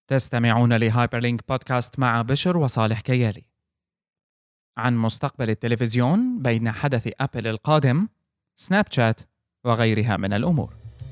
تستمعون لهايبرلينك بودكاست مع بشر وصالح كيالي عن مستقبل التلفزيون بين حدث أبل القادم، سناب شات وغيرها من الأمور.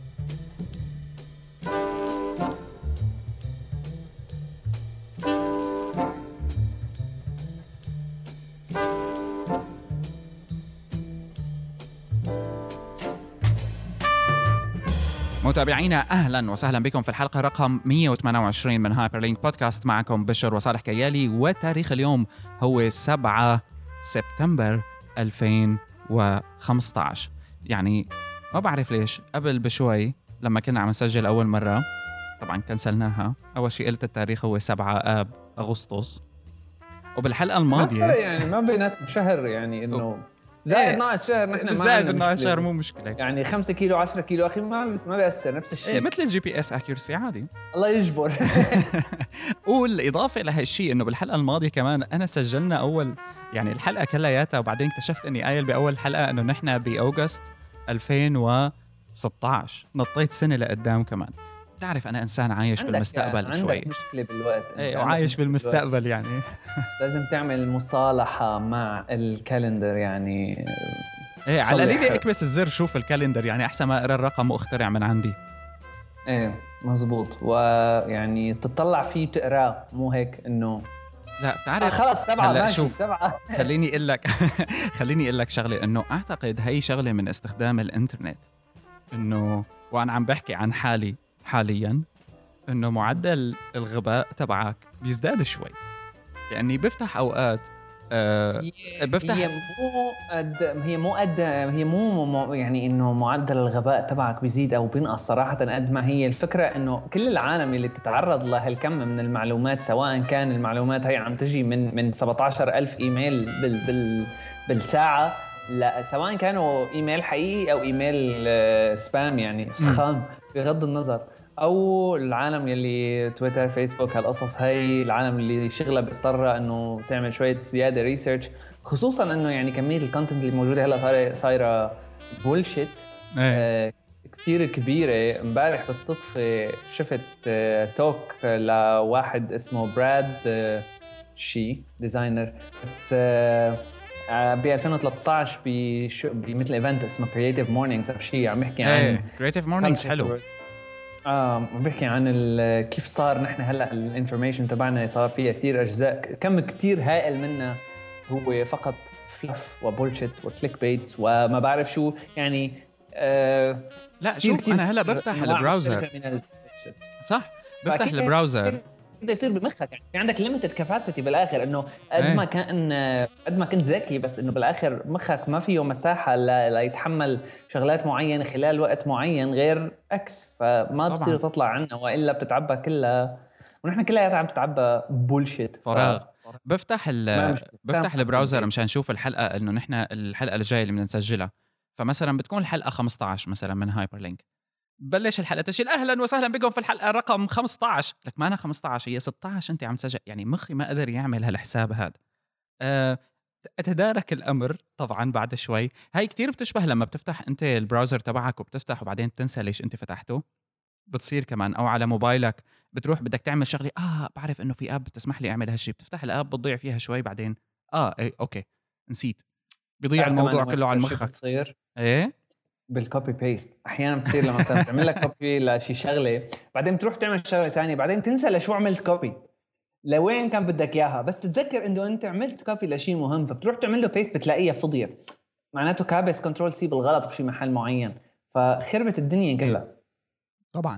متابعينا أهلا وسهلا بكم في الحلقة رقم 128 من هايبرلينك بودكاست. معكم بشر وصالح كيالي، وتاريخ اليوم هو 7 سبتمبر 2015. يعني ما بعرف ليش قبل بشوي لما كنا عم نسجل أول مرة طبعا كنسلناها. أول شيء قلت التاريخ هو 7 آب أغسطس، وبالحلقة الماضية يعني ما بينات شهر، يعني إنه زائد ناقص شهر، نحن ما زائد ناقص شهر مو مشكلة، يعني 5 كيلو 10 كيلو أخي ما بيأثر، نفس الشيء. مثل الجي بي اس اكيورسي عادي. الله يجبر. والإضافة لهالشيء إنه بالحلقة الماضية كمان أنا سجلنا أول يعني الحلقة كلياتها، وبعدين اكتشفت إني قايل بأول حلقة إنه نحن بأوغست 2016، نطيت سنة لقدام كمان. تعرف أنا إنسان عايش بالمستقبل شوي. عندك مشكلة بالوقت. إيه، وعايش بالمستقبل يعني. لازم تعمل مصالحة مع الكالندر يعني. إيه، على القليلة اكبس الزر شوف الكالندر، يعني أحسن ما أقرأ الرقم واخترع من عندي. إيه مزبوط، ويعني تطلع فيه تقرأ، مو هيك إنه لا بتعرف خلص 7 ماشي شوف 7. خليني أقول لك شغلة، إنه أعتقد هي شغلة من استخدام الإنترنت، إنه وأنا عم بحكي عن حالياً إنه معدل الغباء تبعك بيزداد شوي. يعني بفتح أوقات بفتح هي مو يعني إنه معدل الغباء تبعك بيزيد أو بينقص صراحة. قد ما هي الفكرة إنه كل العالم اللي بتتعرض لهالكم من المعلومات، سواء كان المعلومات هي عم تجي من 17,000 إيميل بالساعة، لا سواء كانوا إيميل حقيقي أو إيميل سبام يعني سخام بغض النظر، او العالم يلي تويتر فيسبوك هالقصص، هاي العالم اللي شغله بيضطر انه تعمل شويه زياده ريسيرش، خصوصا انه يعني كميه الكونتنت اللي موجوده هلا صايره بولشيت كثير كبيره. امبارح بالصدفه شفت توك لواحد اسمه براد شي ديزاينر، بس ب 2013 بمثل ايفنت اسمه كرييتيف مورنينجز او شيء، عم يحكي عن كرييتيف مورنينجز. حلو. بحكي عن كيف صار نحن هلا الانفورميشن تبعنا صار فيها كتير اجزاء، كم كتير هائل منها هو فقط فلف وبولشيت وكليك بيتس وما بعرف شو يعني. لا شوف، انا هلا بفتح البراوزر، صح، بفتح البراوزر بده يصير بمخك، يعني في عندك ليميتد كاباسيتي بالاخر، انه قد ما كنت ذكي، بس انه بالاخر مخك ما فيه مساحه ليتحمل شغلات معينه خلال وقت معين غير اكس، فما بتصير تطلع عنها، والا بتتعبى كلها، ونحن كلها عم تتعبى بولشيت فراغ. بفتح البراوزر مشان نشوف الحلقه، انه نحن الحلقه الجايه اللي بدنا نسجلها، فمثلا بتكون الحلقه 15 مثلا من هايبرلينك، بلش الحلقه تشيل اهلا وسهلا بكم في الحلقه رقم 15، لك ما انا 15 هي 16 انت عم تسجل. يعني مخي ما قدر يعمل هالحساب هذا. اتدارك الامر طبعا بعد شوي. هاي كتير بتشبه لما بتفتح انت البراوزر تبعك وبتفتح وبعدين بتنسى ليش انت فتحته. بتصير كمان، او على موبايلك بتروح بدك تعمل شغله، بعرف انه في اب بتسمح لي اعمل هالشيء، بتفتح الاب بتضيع فيها شوي، بعدين ايه اوكي نسيت، بيضيع الموضوع كله عن مخك. بتصير ايه بالكوبي بيست احيانا بتصير، لما مثلا تعمل لك كوبي لشي شغله، بعدين بتروح تعمل شغله ثانيه، بعدين تنسى لشو عملت كوبي، لوين كان بدك اياها، بس تتذكر انه انت عملت كوبي لشيء مهم، فبتروح تعمل له بيست بتلاقيها فضيت، معناته كابس كنترول سي بالغلط بشي محل معين، فخربت الدنيا كلها طبعا.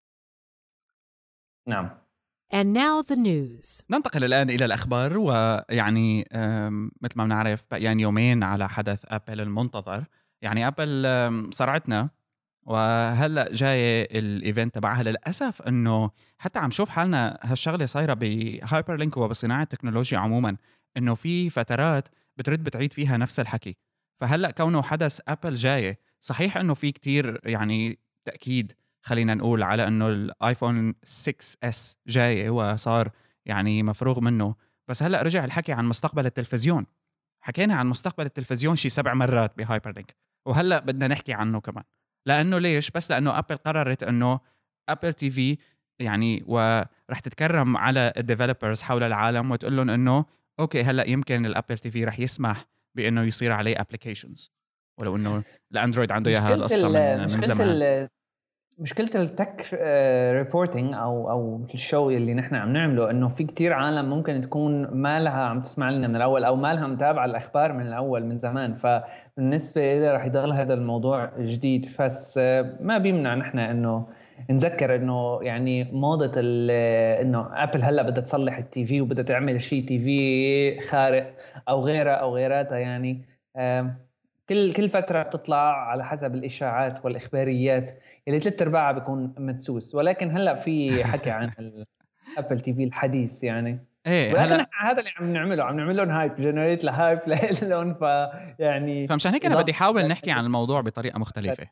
نعم. And now the news. ننتقل الآن إلى الأخبار، ويعني مثل ما بنعرف بقيان يومين على حدث أبل المنتظر. يعني أبل صرعتنا، وهلأ جاي الإيفنت تبعها. للأسف أنه حتى عم شوف حالنا هالشغلة صايرة بهايبرلينك وبصناعة التكنولوجيا عموما، أنه في فترات بتعيد فيها نفس الحكي. فهلأ كونه حدث أبل جاي، صحيح أنه في كتير يعني تأكيد، خلينا نقول على أنه الآيفون 6S جاي وصار يعني مفروغ منه، بس هلأ رجع الحكي عن مستقبل التلفزيون. حكينا عن مستقبل التلفزيون شي 7 مرات بهايبرلينك، وهلأ بدنا نحكي عنه كمان. لأنه ليش؟ بس لأنه أبل قررت أنه أبل تي في يعني رح تتكرم على الديفلوبرز حول العالم وتقول لهم انه اوكي هلا يمكن الابل تي في رح يسمح بانه يصير عليه ابلكيشنز، ولو انه الاندرويد عنده اياها القصه من زمان. مشكلة التك ريبورتينج او الشو اللي نحن عم نعمله انه في كتير عالم ممكن تكون ما لها عم تسمع لنا من الاول او ما لها متابعة الاخبار من الاول من زمان، فبالنسبة لي رح يضل هذا الموضوع جديد. بس ما بيمنع نحن انه نذكر انه يعني موضة انه ابل هلا بدها تصلح التي في وبدها تعمل شيء تي في خارق او غيرها او غيراتها، يعني كل فترة بتطلع على حسب الإشاعات والإخباريات اللي 3/4 بيكون مدسوس. ولكن هلا في حكي عن الابل تي في الحديث يعني. ايه ولكن هلا هذا اللي عم نعمل لهم هايب، جنريت لهايب لهم، يعني فمشان هيك انا بدي احاول نحكي عن الموضوع بطريقه مختلفه.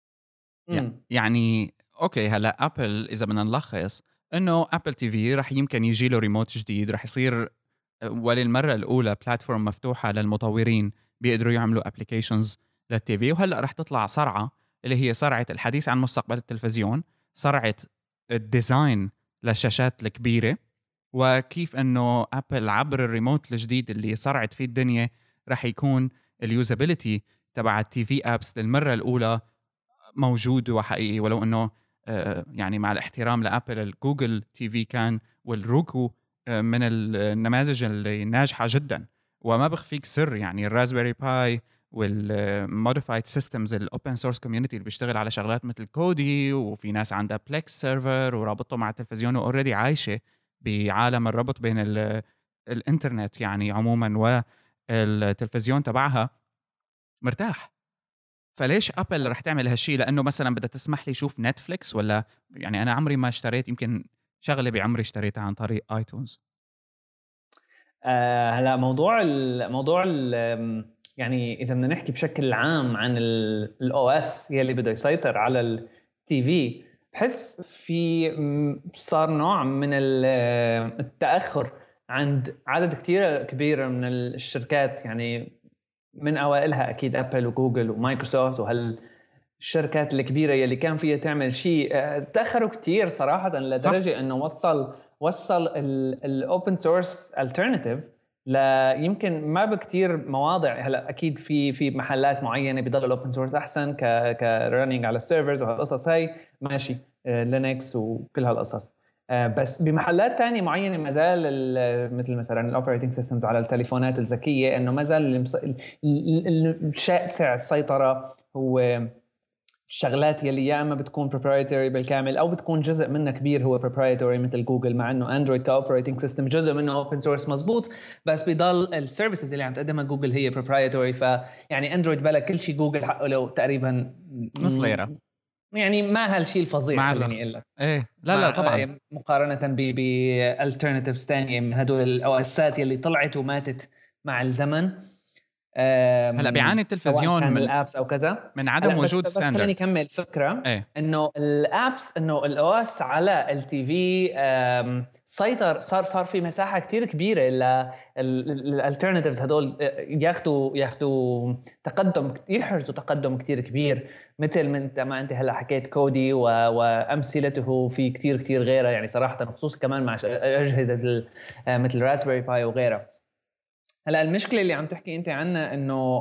يعني اوكي هلا ابل اذا بدنا نلخص انه ابل تي في رح يمكن يجي له ريموت جديد، رح يصير وللمره الاولى بلاتفورم مفتوحه للمطورين بيقدروا يعملوا ابلكيشنز للتي في. وهلا رح تطلع صرعه اللي هي صرعه الحديث عن مستقبل التلفزيون، صرعه الديزاين للشاشات الكبيره، وكيف انه ابل عبر الريموت الجديد اللي صرعت فيه الدنيا رح يكون اليوزابيلتي تبع التي في ابس للمره الاولى موجود وحقيقي. ولو انه يعني مع الاحترام لابل الجوجل تي في كان والروكو من النماذج اللي ناجحه جدا، وما بخفيك سر يعني الرازبيري باي والموديفايد سيستمز الاوبن سورس كوميونتي اللي بيشتغل على شغلات مثل كودي، وفي ناس عندها بلكس سيرفر ورابطه مع التلفزيون واوريدي عايشه بعالم الربط بين الانترنت يعني عموما والتلفزيون تبعها مرتاح. فليش ابل رح تعمل هالشيء؟ لانه مثلا بدها تسمح لي اشوف نتفليكس؟ ولا يعني انا عمري ما اشتريت، يمكن شغله بعمري اشتريتها عن طريق ايتونز. هلا موضوع يعني اذا بدنا نحكي بشكل عام عن الاو اس يلي بده يسيطر على التي في، بحس في صار نوع من التاخر عند عدد كتير كبير من الشركات، يعني من اوائلها اكيد ابل وجوجل ومايكروسوفت الشركات الكبيرة يلي كان فيها تعمل شيء. تأخروا كتير صراحة لدرجة انه وصل الاوبن سورس الترناتيف يمكن ما بكتير مواضع. هلا اكيد في محلات معينة بيضل الاوبن سورس احسن كرننج على السيرفرز وهالقصص هاي ماشي، لينكس وكل هالقصص. بس بمحلات تانية معينة ما زال مثل مثلا الاوبريتنج سيستمز على التليفونات الذكية انه ما زال الشائع السيطرة هو الشغلات يلي يا اما بتكون proprietary بالكامل او بتكون جزء منها كبير هو proprietary مثل جوجل، مع انه اندرويد كاوبريتنج سيستم جزء منه اوبن سورس مزبوط، بس بيضل السيرفيسز اللي عم تقدمها جوجل هي proprietary. فيعني اندرويد بلا كل شيء جوجل حقه له تقريبا نص ليره، يعني ما هالشيء الفظيع خليني اقول لك. ايه لا طبعا مقارنه بالترناتيفز ثانيه من هدول الاواسات يلي طلعت وماتت مع الزمن. هلا بيعاني التلفزيون من الابس او كذا من عدم وجود ستاندرد. بس خليني اكمل الفكره. انه الابس انه الاو اس على التي في سيطر، صار في مساحه كتير كبيره للالترناتيفز هدول ياخذوا تقدم، يحرزوا تقدم كتير كبير، مثل ما انت هلا حكيت كودي وامثلته في كتير غيرها يعني صراحه، خصوصا كمان مع اجهزه مثل راسبيري باي وغيرها. هلا المشكله اللي عم تحكي انت عنها انه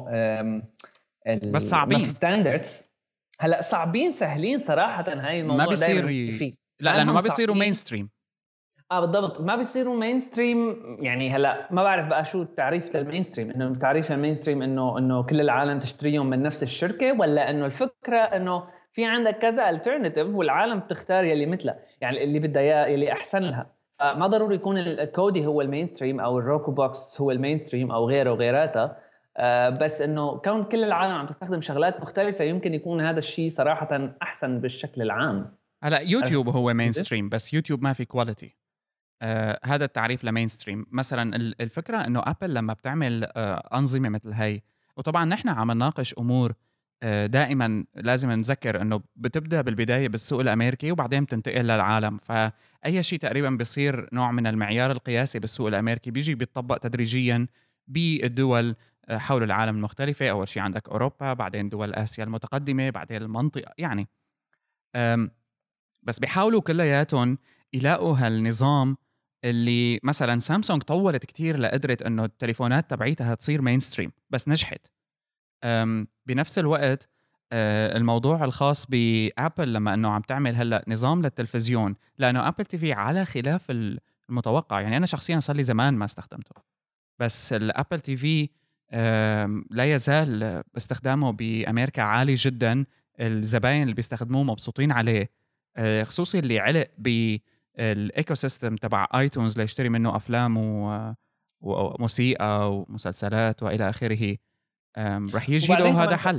بس صعبين ستاندردز. هلا صعبين سهلين صراحه، هاي الموضوع ما بيصير لا لانه ما بيصيروا مين ستريم. بالضبط ما بيصيروا مين ستريم. يعني هلا ما بعرف بقى شو تعريف للمين ستريم، انه تعريف المين ستريم انه كل العالم تشتريهم من نفس الشركه، ولا انه الفكره انه في عندك كذا الترناتيف والعالم تختار يلي مثله، يعني اللي بدها اياه يلي احسن لها. ما ضروري يكون الكودي هو المين ستريم او الروكو بوكس هو المين ستريم او غيره وغيراتها. بس انه كون كل العالم عم تستخدم شغلات مختلفه يمكن يكون هذا الشيء صراحه احسن بالشكل العام. هلا يوتيوب هو مين ستريم، بس يوتيوب ما في كواليتي. هذا التعريف لمين ستريم. مثلا الفكره انه ابل لما بتعمل انظمه مثل هاي، وطبعا نحن عم نناقش امور دائما لازم نذكر انه بتبدا بالبدايه بالسوق الامريكي وبعدين بتنتقل للعالم. فاي شيء تقريبا بيصير نوع من المعيار القياسي بالسوق الامريكي بيجي بيتطبق تدريجيا بالدول حول العالم المختلفه. اول شيء عندك اوروبا، بعدين دول اسيا المتقدمه، بعدين المنطقه يعني. بس بيحاولوا كلياتهم يلاقوا هالنظام اللي مثلا سامسونج طولت كتير لقدرت انه التليفونات تبعيتها تصير مينستريم بس نجحت. بنفس الوقت الموضوع الخاص بابل لما انه عم تعمل هلا نظام للتلفزيون، لانه ابل تي في على خلاف المتوقع، يعني انا شخصيا صار لي زمان ما استخدمته، بس الابل تي في لا يزال استخدامه بامريكا عالي جدا، الزباين اللي بيستخدموه مبسوطين عليه، خصوصي اللي علق بالايكو سيستم تبع ايتونز ليشتري منه افلام وموسيقى ومسلسلات والى اخره. رح يجي له هذا حل.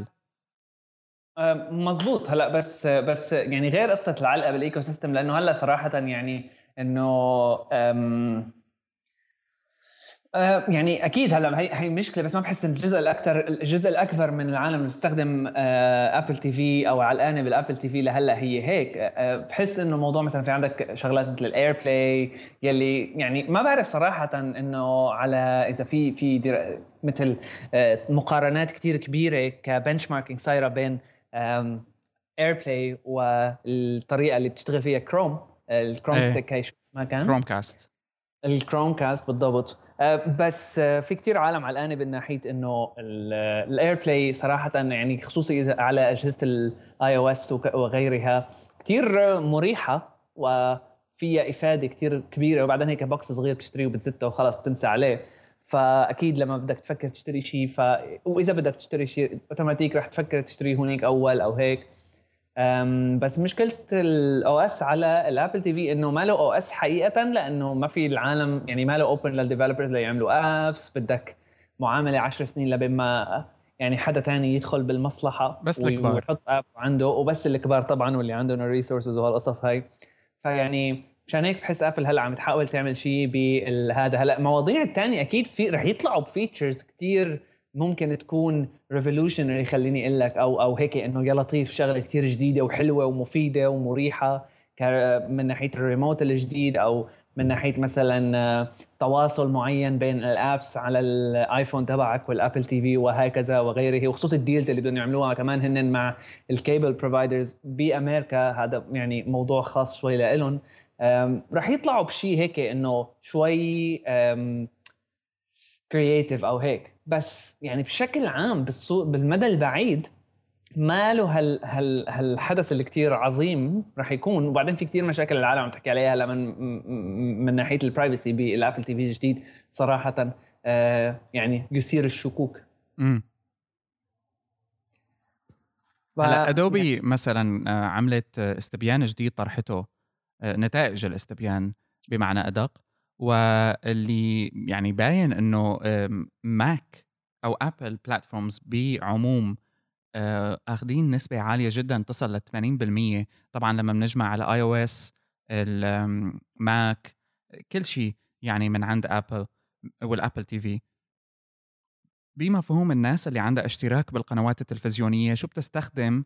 مزبوط. هلا بس يعني غير قصه العلقه بالايكو سيستم، لانه هلا صراحه يعني انه يعني اكيد هلا هي مشكله، بس ما بحس ان الجزء الاكبر من العالم اللي بيستخدم ابل تي في او علقانه بالابل تي في لهلا هي هيك. بحس انه موضوع مثلا في عندك شغلات مثل الاير بلاي يلي يعني ما بعرف صراحه انه على اذا في مثل مقارنات كتير كبيره كبنش ماركينج صايره بين اير بلاي والطريقه اللي بتشتغل فيها كروم، الكروم ستيك، هي شو اسمها كان؟ كروم كاست. الكروم كاست بالضبط. بس في كتير عالم علقانه من ناحيه انه الاير بلاي صراحه، يعني خصوصي على اجهزه الاي او اس وغيرها كتير مريحه وفيها افاده كتير كبيره، وبعدين هيك بوكس صغير بتشتريه وبتزته وخلاص بتنسى عليه. فاكيد لما بدك تفكر تشتري شيء واذا بدك تشتري شيء اوتوماتيك رح تفكر تشتريه هونيك اول او هيك. بس مشكلة الاو اس على الابل تي في انه ما له او اس حقيقة، لانه ما في العالم يعني ما له اوبن للديفلوبرز ليعملوا ابس، بدك معاملة 10 سنين لبين ما يعني حدا تاني يدخل بالمصلحة بس الكبار ويحط اب عنده، وبس الكبار طبعا واللي عندهم الريسورسز وهالقصص هاي. فيعني مشان هيك بحس ابل هلا عم تحاول تعمل شيء بهذا. هلا مواضيع التانية اكيد في رح يطلعوا بفيتشرز كتير ممكن تكون ريفولوشنري، خليني اقول لك، او هيك انه يا لطيف شغله كتير جديده وحلوه ومفيده ومريحه من ناحيه الريموت الجديد، او من ناحيه مثلا تواصل معين بين الابس على الايفون تبعك والابل تي في وهكذا وغيره، وخصوص الديلز اللي بدهم يعملوها كمان هن مع الكيبل بروفايدرز بامريكا. هذا يعني موضوع خاص شوي لإلهم. رح يطلعوا بشيء هيك انه شوي كرييتيف او هيك، بس يعني بشكل عام بالمدى البعيد ما له هالحدث اللي كتير عظيم رح يكون. وبعدين في كتير مشاكل العالم عم تحكي عليها من ناحيه البرايفسي بالابل تي في الجديد صراحه، يعني يثير الشكوك. هلا ادوبي يعني مثلا عملت استبيان جديد طرحته، نتائج الاستبيان بمعنى ادق، واللي يعني باين انه ماك او ابل بلاتفورمز بعموم اخذين نسبه عاليه جدا تصل ل 80%. طبعا لما بنجمع على اي او اس، الماك، كل شيء يعني من عند ابل والابل تي في. بمفهوم الناس اللي عندها اشتراك بالقنوات التلفزيونيه شو بتستخدم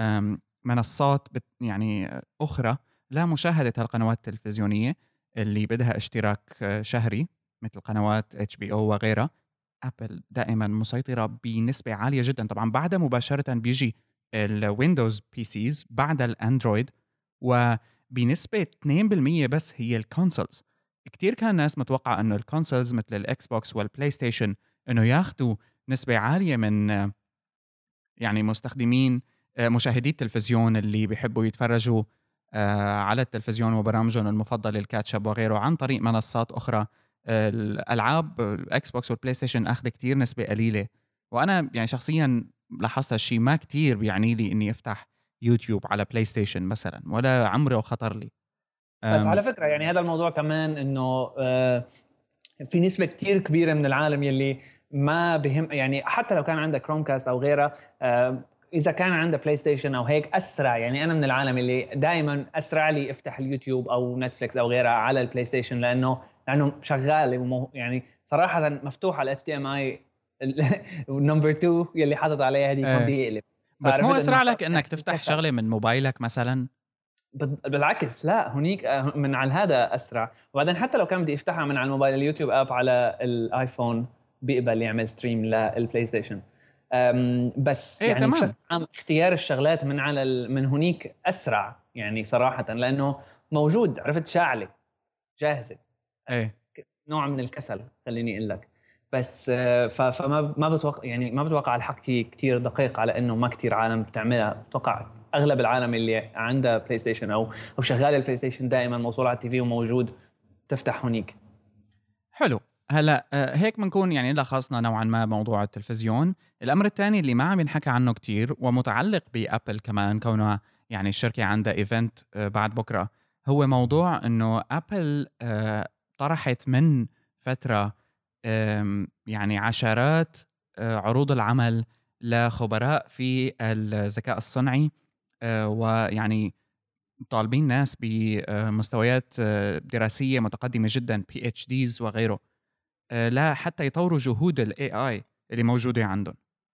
منصات يعني اخرى لمشاهده هالقنوات التلفزيونيه اللي بدها اشتراك شهري مثل قنوات HBO وغيرها. ابل دائما مسيطره بنسبه عاليه جدا. طبعا بعدها مباشره بيجي الويندوز بي سيز، بعد الاندرويد، وبنسبه 2% بس هي الكونسولز. كتير كان ناس متوقع انه الكونسولز مثل الاكس بوكس والبلاي ستيشن انه ياخذوا نسبه عاليه من يعني مستخدمين مشاهدي التلفزيون اللي بيحبوا يتفرجوا على التلفزيون وبرامجهم المفضله الكاتشب وغيره عن طريق منصات اخرى. الالعاب الاكس بوكس والبلاي ستيشن اخذ كتير نسبه قليله، وانا يعني شخصيا لاحظت هالشيء. ما كتير بيعني لي اني افتح يوتيوب على بلاي ستيشن مثلا، ولا عمره خطر لي. بس على فكره يعني هذا الموضوع كمان انه في نسبه كتير كبيره من العالم يلي ما بهم، يعني حتى لو كان عندك كروم كاست او غيره، اذا كان عنده بلاي ستيشن او هيك اسرع. يعني انا من العالم اللي دائما اسرع لي افتح اليوتيوب او نتفليكس او غيرها على البلاي ستيشن، لانه شغال يعني صراحه مفتوح على HDMI نمبر 2 يلي حاطط عليها هديك ما بدي اقلب. بس مو اسرع لك انك تفتح شغله من موبايلك مثلا؟ بالعكس، لا هنيك من على هذا اسرع. وبعدين حتى لو كان بدي افتحها من على الموبايل، اليوتيوب اب على الايفون بيقبل يعمل ستريم للبلاي ستيشن. بس يعني تمام. بشكل عام اختيار الشغلات من هنيك اسرع يعني صراحه، لانه موجود، عرفت، شاعلة جاهزة، ايه نوع من الكسل خليني اقول لك. بس فما ما بتوقع، يعني ما بتوقع الحكي كتير دقيق على انه ما كتير عالم بتعملها. بتوقع اغلب العالم اللي عنده بلاي ستيشن او شغال البلاي ستيشن دائما موصول على التي في وموجود، تفتح هونيك. حلو. هلا هيك بنكون يعني لخصنا نوعا ما موضوع التلفزيون. الامر الثاني اللي ما عم ينحكى عنه كتير ومتعلق بابل كمان، كونها يعني الشركه عندها ايفنت بعد بكره، هو موضوع انه ابل طرحت من فتره يعني عشرات عروض العمل لخبراء في الذكاء الصنعي، ويعني طالبين ناس بمستويات دراسيه متقدمه جدا، بي اتش ديز وغيره، لا حتى يطوروا جهود ال AI اللي موجودة عندهم.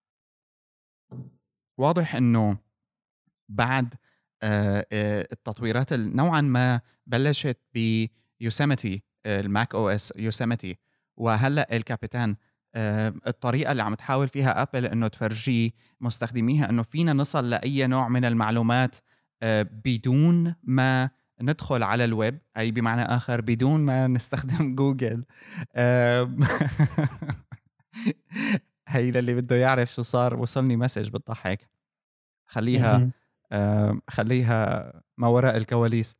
واضح إنه بعد التطويرات نوعا ما بلشت بيوسيميتي، الماك او اس يوسيميتي، وهلا الكابيتان، الطريقة اللي عم تحاول فيها ابل انه تفرجي مستخدميها انه فينا نصل لاي نوع من المعلومات بدون ما ندخل على الويب، اي بمعنى اخر بدون ما نستخدم جوجل. هي للي بده يعرف شو صار، وصلني مسج بتضحك، خليها خليها ما وراء الكواليس.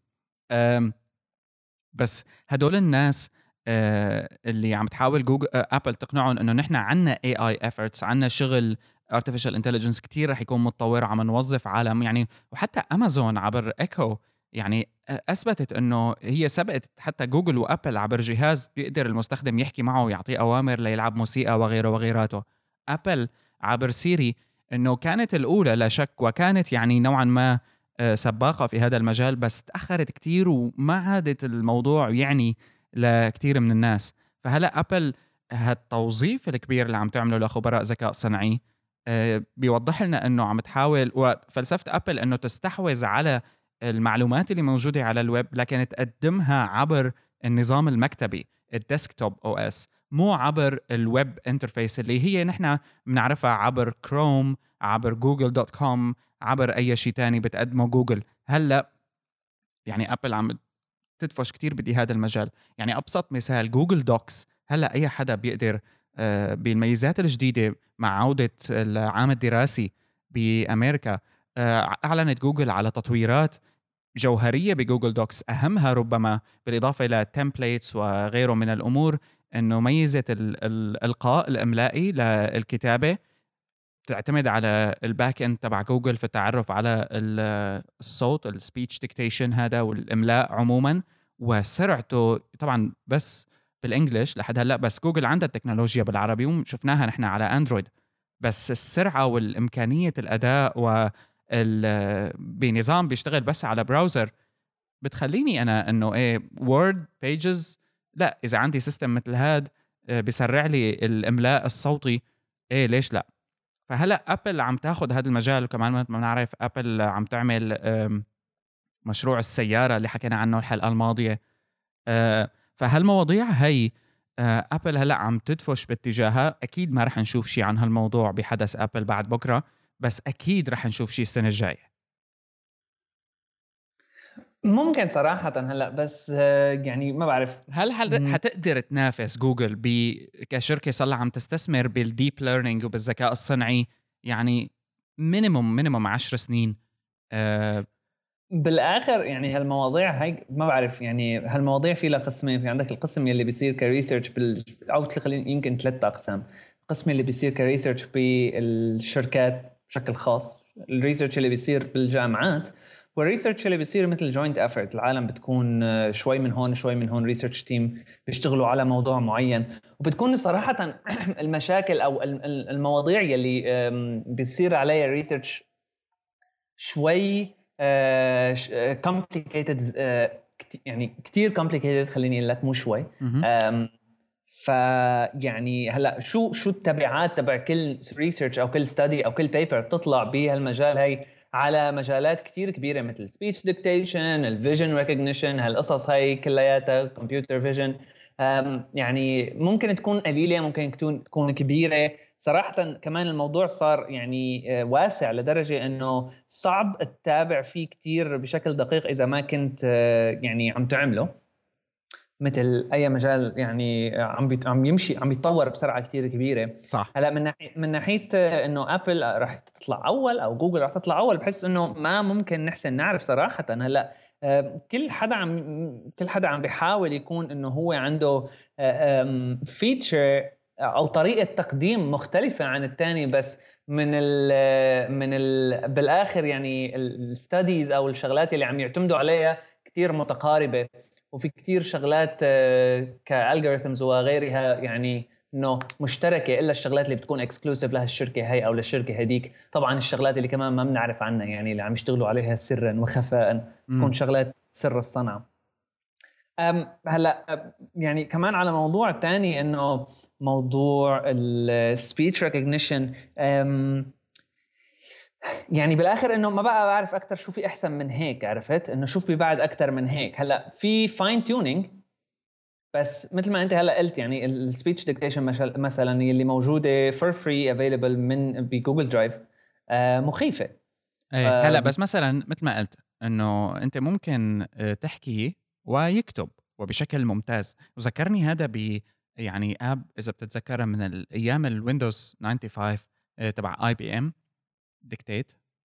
بس هدول الناس اللي عم تحاول جوجل ابل تقنعهم انه نحن عنا AI efforts، عنا شغل artificial intelligence كتير رح يكون متطور، عم نوظف عالم يعني. وحتى امازون عبر ايكو يعني اثبتت انه هي سبقت حتى جوجل وابل عبر جهاز بيقدر المستخدم يحكي معه ويعطيه اوامر ليلعب موسيقى وغيره وغيراته. ابل عبر سيري انه كانت الاولى لا شك، وكانت يعني نوعا ما سباقة في هذا المجال، بس تأخرت كتير وما عادت الموضوع يعني لكتير من الناس. فهلأ أبل هالتوظيف الكبير اللي عم تعمله لخبراء ذكاء صنعي بيوضح لنا أنه عم تحاول، وفلسفة أبل أنه تستحوذ على المعلومات اللي موجودة على الويب لكن تقدمها عبر النظام المكتبي، الديسكتوب او اس، مو عبر الويب انترفيس اللي هي نحن بنعرفها عبر كروم، عبر google.com، عبر اي شيء تاني بتقدمه جوجل. هلا يعني ابل عم تدفش كتير بهذا المجال. يعني ابسط مثال جوجل دوكس، هلا اي حدا بيقدر بالميزات الجديده مع عوده العام الدراسي بامريكا، اعلنت جوجل على تطويرات جوهريه بجوجل دوكس، اهمها ربما بالاضافه الى تمبليتس وغيره من الامور انه ميزه الالقاء الاملائي للكتابه تعتمد على الباك اند تبع جوجل في التعرف على الصوت، السبيتش ديكتيشن هذا والاملاء عموما، وسرعته طبعا بس بالانجلش لحد هلا، بس جوجل عندها التكنولوجيا بالعربي وشفناها نحن على اندرويد. بس السرعه والامكانيه الاداء بنظام بيشتغل بس على براوزر بتخليني انا انه ايه وورد بيجز، لا اذا عندي سيستم مثل هاد بيسرع لي الاملاء الصوتي، ايه ليش لا. فهلا ابل عم تاخذ هذا المجال، وكمان ما بنعرف ابل عم تعمل مشروع السياره اللي حكينا عنه الحلقه الماضيه. فهالمواضيع هي ابل هلا عم تدفش باتجاهها. اكيد ما رح نشوف شيء عن هالموضوع بحدث ابل بعد بكره، بس اكيد رح نشوف شيء السنه الجايه. ممكن صراحة هلا، بس يعني ما بعرف هل حتقدر تنافس جوجل كشركة صار عم تستثمر بالديب ليرنينج وبالذكاء الصنعي يعني مينيموم 10 سنين؟ بالاخر يعني هالمواضيع هاي ما بعرف، يعني هالمواضيع في لها قسمين. في عندك القسم يلي بيصير كريسيرش او يمكن 3 اقسام. القسم اللي بيصير كريسيرش بالشركات بشكل خاص، الريسيرش اللي بيصير بالجامعات، والريسيرش اللي بيصير مثل جوينت افورت. العالم بتكون شوي من هون شوي من هون، ريسيرش تيم بيشتغلوا على موضوع معين، وبتكون صراحة المشاكل او المواضيع يلي بيصير عليها ريسيرش شوي complicated، يعني كتير complicated خليني اقول لك، مو شوي. فيعني هلا شو التبعات تبع كل ريسيرش او كل ستادي او كل بيبر بتطلع بهالمجال هي على مجالات كتير كبيره مثل speech dictation، الفيجن recognition، هالقصص هي كلياتها كمبيوتر فيجن. يعني ممكن تكون قليلة، ممكن تكون كبيرة. صراحة كمان الموضوع صار يعني واسع لدرجة إنه صعب تتابع فيه كتير بشكل دقيق إذا ما كنت يعني عم تعمله مثل اي مجال. يعني عم يمشي، عم يتطور بسرعه كتير كبيره. صح. هلا من ناحيه انه ابل راح تطلع اول او جوجل راح تطلع اول، بحس انه ما ممكن نحسن نعرف صراحه. هلا كل حدا عم بيحاول يكون انه هو عنده فيتشر او طريقه تقديم مختلفه عن الثاني، بس بالاخر يعني الستاديز او الشغلات اللي عم يعتمدوا عليها كتير متقاربه. وفي كتير شغلات كالجوريثمز وغيرها يعني انه مشتركه، الا الشغلات اللي بتكون اكسكلوسيف لها الشركه هي او للشركه هديك. طبعا الشغلات اللي كمان ما بنعرف عنها، يعني اللي عم يشتغلوا عليها سرا وخفاء، تكون شغلات سر الصنعه. هلا يعني كمان على موضوع تاني، انه موضوع السبيتش ريكوجنيشن. يعني بالاخر انه ما بقى بعرف اكثر شو في احسن من هيك، عرفت انه شوف ببعد اكثر من هيك. هلا في فاين تيونينج، بس مثل ما انت هلا قلت يعني السبيتش ديكتيشن مثلا اللي موجوده فور فري افيلبل من بجوجل درايف مخيفه. ايه هلا بس مثلا مثل ما قلت انه انت ممكن تحكي ويكتب وبشكل ممتاز. وذكرني هذا يعني اب اذا بتتذكرها من الايام الويندوز 95 تبع اي بي ام ديكتيت.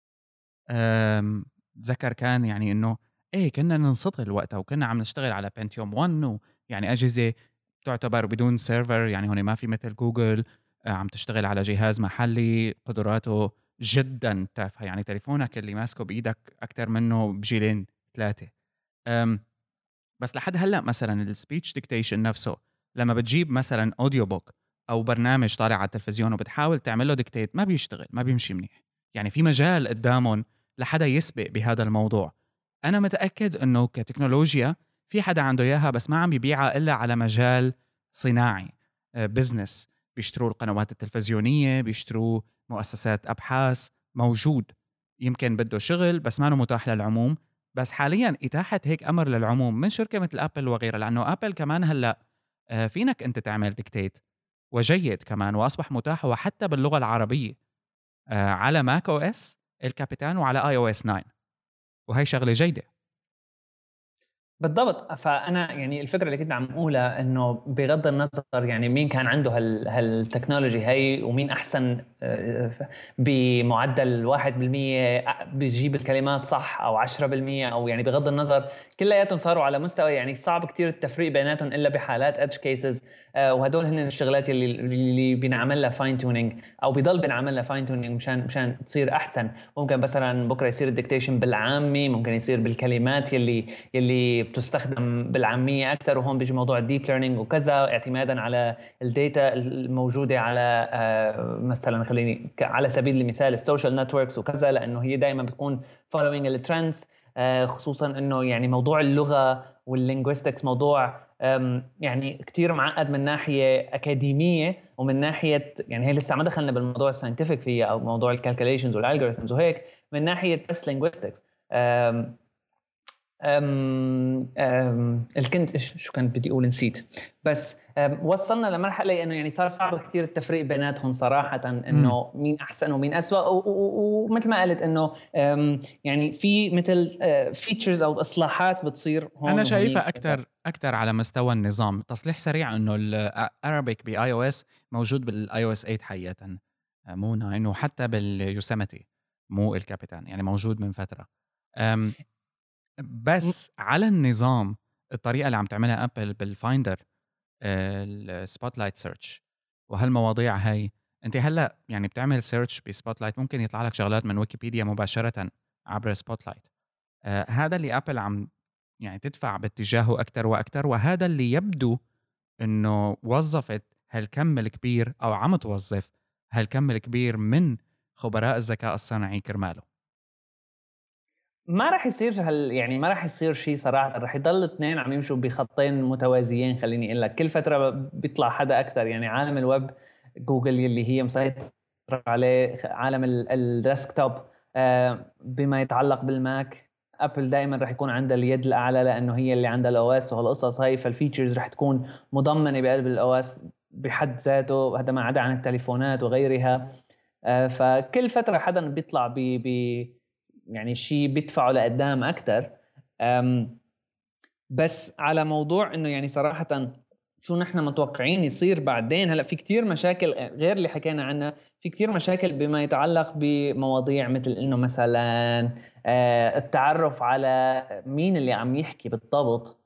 ذكر كان يعني انه ايه كنا ننسطل وقتها وكنا عم نشتغل على بنتيوم 1 ويعني اجهزه تعتبر بدون سيرفر، يعني هون ما في مثل جوجل عم تشتغل على جهاز محلي قدراته جدا تافهه، يعني تليفونك اللي ماسكه بايدك اكثر منه بجيلين ثلاثه. بس لحد هلا مثلا السبيتش ديكتيشن نفسه لما بتجيب مثلا اوديو بوك او برنامج طالع على التلفزيون وبتحاول تعمل له ديكتيت ما بيشتغل، ما بيمشي منيح. يعني في مجال قدامهم لحدا يسبق بهذا الموضوع. انا متاكد انه كتكنولوجيا في حدا عنده اياها، بس ما عم يبيعها الا على مجال صناعي، بزنس. بيشتروا القنوات التلفزيونيه، بيشتروا مؤسسات ابحاث، موجود. يمكن بده شغل بس ما متاح للعموم. بس حاليا إتاحة هيك أمر للعموم من شركة مثل أبل وغيرها، لأنه أبل كمان هلأ فينك أنت تعمل ديكتيت وجيد كمان، وأصبح متاح وحتى باللغة العربية على ماك أو إس الكابيتان وعلى آي أو إس 9، وهي شغلة جيدة. بالضبط. فانا يعني الفكره اللي كنت عم اقولها انه بغض النظر يعني مين كان عنده هالتكنولوجي هي ومين احسن بمعدل 1% بيجيب الكلمات صح او 10%، او يعني بغض النظر كلياتهم صاروا على مستوى يعني صعب كتير التفريق بيناتهم الا بحالات ادج كيسز. وهدول هن الشغلات اللي بنعمل لها فاين تيونينج او بيضل بنعمل لها فاين تيونينج مشان تصير احسن. ممكن مثلا بكره يصير الديكتيشن بالعامي، ممكن يصير بالكلمات يلي بتستخدم بالعاميه اكثر، وهون بيجي موضوع الديب ليرنينج وكذا، اعتمادا على الداتا الموجوده على مثلا خليني على سبيل المثال السوشيال نتوركس وكذا، لانه هي دائما بتكون فولوينج الترندز. خصوصا انه يعني موضوع اللغه واللينغويستكس موضوع يعني كتير معقد من ناحيه اكاديميه، ومن ناحيه يعني هي لسه ما دخلنا بالموضوع الساينتفك فيها او موضوع الكالكوليشنز والالجوريثمز وهيك، من ناحيه بس لينغويستكس. الكنت شو كان بدي اقول نسيت. بس وصلنا لمرحله انه يعني صار صعب كثير التفريق بيناتهم صراحه، انه مين احسن ومين اسوأ. ومثل ما قلت انه يعني في مثل فيتشرز او اصلاحات بتصير هون أنا وهنيك. شايفها أكثر على مستوى النظام. تصليح سريع إنه الأرابيك بآي أو إس موجود بالآي أو إس 8 حقيقة، مو 9، وحتى باليوسيميتي مو الكابيتان يعني موجود من فترة. بس على النظام الطريقة اللي عم تعملها أبل بالفايندر، السبوتلايت سيرش وهالمواضيع هاي، انت هلا يعني بتعمل سيرش بسبوتلايت ممكن يطلع لك شغلات من ويكيبيديا مباشرة عبر سبوتلايت. هذا اللي أبل عم يعني تدفع باتجاهه أكتر وأكتر، وهذا اللي يبدو إنه وظفت هالكم الكبير أو عم توظف هالكم الكبير من خبراء الذكاء الصناعي كرماله. ما راح يصير يعني ما راح يصير شيء صراحه، راح يضل اثنين عم يمشوا بخطين متوازيين. خليني اقول لك كل فتره بيطلع حدا اكثر. يعني عالم الويب جوجل يلي هي مسيطره عليه، عالم الديسكتوب بما يتعلق بالماك ابل دائما رح يكون عندها اليد الاعلى لانه هي اللي عندها الاو اس وهالقصص هاي، فالفيتشرز رح تكون مضمنه بقلب الاو اس بحد ذاته، هذا ما عدا عن التليفونات وغيرها. فكل فتره حدا بيطلع يعني شيء بيدفعه لقدام اكثر. بس على موضوع انه يعني صراحه شو نحن متوقعين يصير بعدين، هلا في كتير مشاكل غير اللي حكينا عنها، في كتير مشاكل بما يتعلق بمواضيع مثل انه مثلا التعرف على مين اللي عم يحكي بالضبط،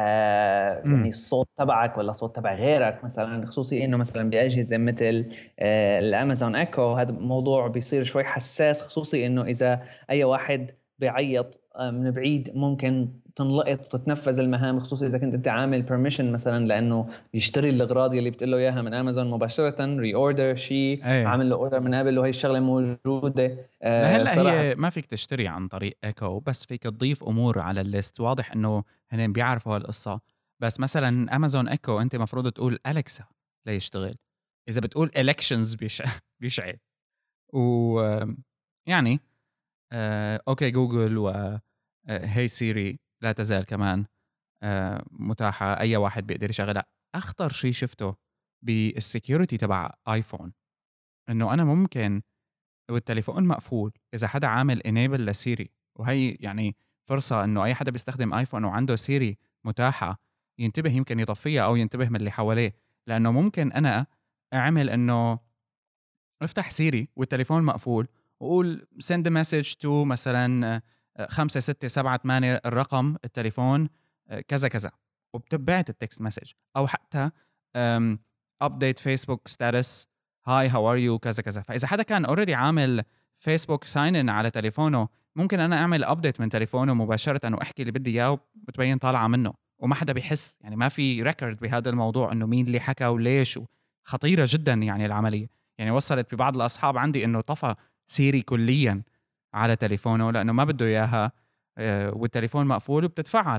يعني الصوت تبعك ولا صوت تبع غيرك مثلا، خصوصي انه مثلا باجهزه مثل الامازون ايكو هذا موضوع بيصير شوي حساس، خصوصي انه اذا اي واحد بيعيط من بعيد ممكن تنلقط وتتنفذ المهام، خصوصي اذا كنت انت عامل بيرميشن مثلا لانه يشتري الاغراض اللي بتقول له اياها من امازون مباشره، ري اوردر شيء ايه عامل له اوردر من قبل وهي الشغله موجوده. لهلا صراحه هي ما فيك تشتري عن طريق ايكو، بس فيك تضيف امور على الليست. واضح انه هن بيعرفوا هالقصه. بس مثلا امازون ايكو انت مفروض تقول اليكسا ليشتغل، اذا بتقول الكشنز بيشعل. و يعني اوكي جوجل و هي سيري لا تزال كمان متاحه، اي واحد بيقدر يشغلها. اخطر شيء شفته بالسكيورتي تبع ايفون انه انا ممكن والتليفون مقفول اذا حدا عامل انيبل لسيري، وهي يعني فرصه انه اي حدا بيستخدم ايفون وعنده سيري متاحه ينتبه، يمكن يطفيها او ينتبه من اللي حواليه. لانه ممكن انا اعمل انه افتح سيري والتليفون مقفول وقول send a message to مثلا 5 6 7 8 الرقم التليفون كذا كذا، وبتبعت التكست مسج. او حتى update فيسبوك ستاتس هاي هاو ار يو كذا كذا. فاذا حدا كان اوريدي عامل فيسبوك ساين ان على تليفونه، ممكن انا اعمل ابديت من تليفونه مباشره واحكي اللي بدي اياه وبتبين طالعه منه وما حدا بيحس. يعني ما في ريكورد بهذا الموضوع انه مين اللي حكى وليش. خطيره جدا يعني العمليه. يعني وصلت ببعض الاصحاب عندي انه طفى سيري كليا على تليفونه لانه ما بده اياها والتليفون مقفول وبتتفعل.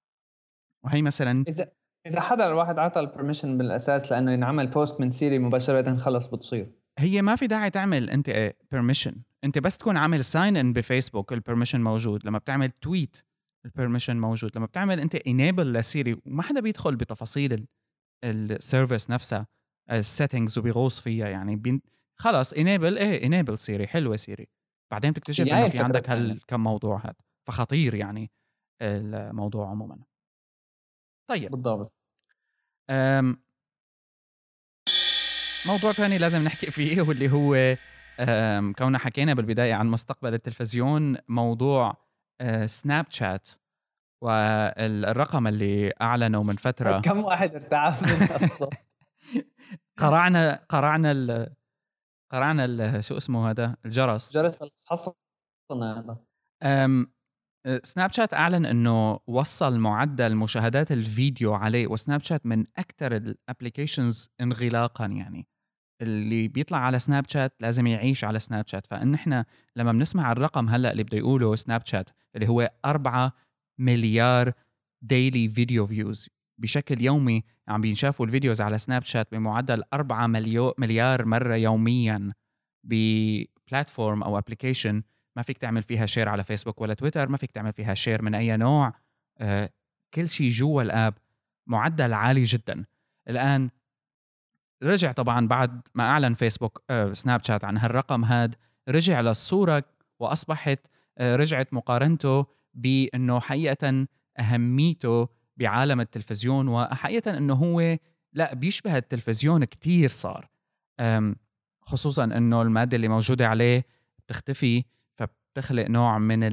وهي مثلا اذا حدا الواحد عطى البرميشن بالاساس لانه ينعمل بوست من سيري مباشره خلص بتصير. هي ما في داعي تعمل انت بيرميشن، انت بس تكون عامل ساين ان بفيسبوك البرميشن موجود. لما بتعمل تويت البرميشن موجود. لما بتعمل انت انيبل لسيري وما حدا بيدخل بتفاصيل السيرفيس نفسها السيتنجز وبيغوص فيها، يعني خلاص انيبل انيبل سيري حلوه سيري، بعدين بتكتشف انه في عندك هالكم موضوع هذا. فخطير يعني الموضوع عموما. طيب بالضبط. موضوع تاني لازم نحكي فيه واللي هو كوننا حكينا بالبداية عن مستقبل التلفزيون، موضوع سناب شات والرقم اللي أعلنوا من فترة. كم واحد ارتعب من الصوت. قرعنا شو اسمه هذا الجرس الحصن هذا. سناب شات أعلن أنه وصل معدل مشاهدات الفيديو عليه، وسناب شات من أكثر الابليكيشنز انغلاقا. يعني اللي بيطلع على سناب شات لازم يعيش على سناب شات. فإن إحنا لما بنسمع الرقم هلأ اللي بده يقوله سناب شات اللي هو 4 مليار ديلي فيديو فيوز بشكل يومي، عم بينشافوا الفيديوز على سناب شات بمعدل 4 مليار مرة يوميا ببلاتفورم أو ابليكيشن. ما فيك تعمل فيها شير على فيسبوك ولا تويتر، ما فيك تعمل فيها شير من أي نوع. كل شيء جوا الآب. معدل عالي جدا. الآن رجع طبعا بعد ما أعلن فيسبوك سناب شات عن هالرقم هاد، رجع للصورة وأصبحت رجعت مقارنته بأنه حقيقة أهميته بعالم التلفزيون، وحقيقة أنه هو لا بيشبه التلفزيون كتير صار، خصوصا أنه المادة اللي موجودة عليه بتختفي، فبتخلق نوع من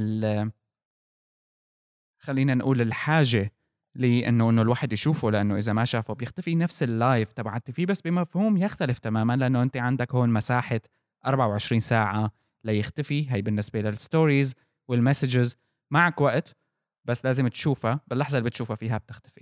خلينا نقول الحاجة لأنه الواحد يشوفه، لأنه إذا ما شافه بيختفي. نفس اللايف تبع التي في بس بمفهوم يختلف تماما، لأنه أنت عندك هون مساحة 24 ساعة ليختفي. هي بالنسبة للستوريز والمسجز معك وقت بس لازم تشوفها باللحظة اللي بتشوفها فيها بتختفي.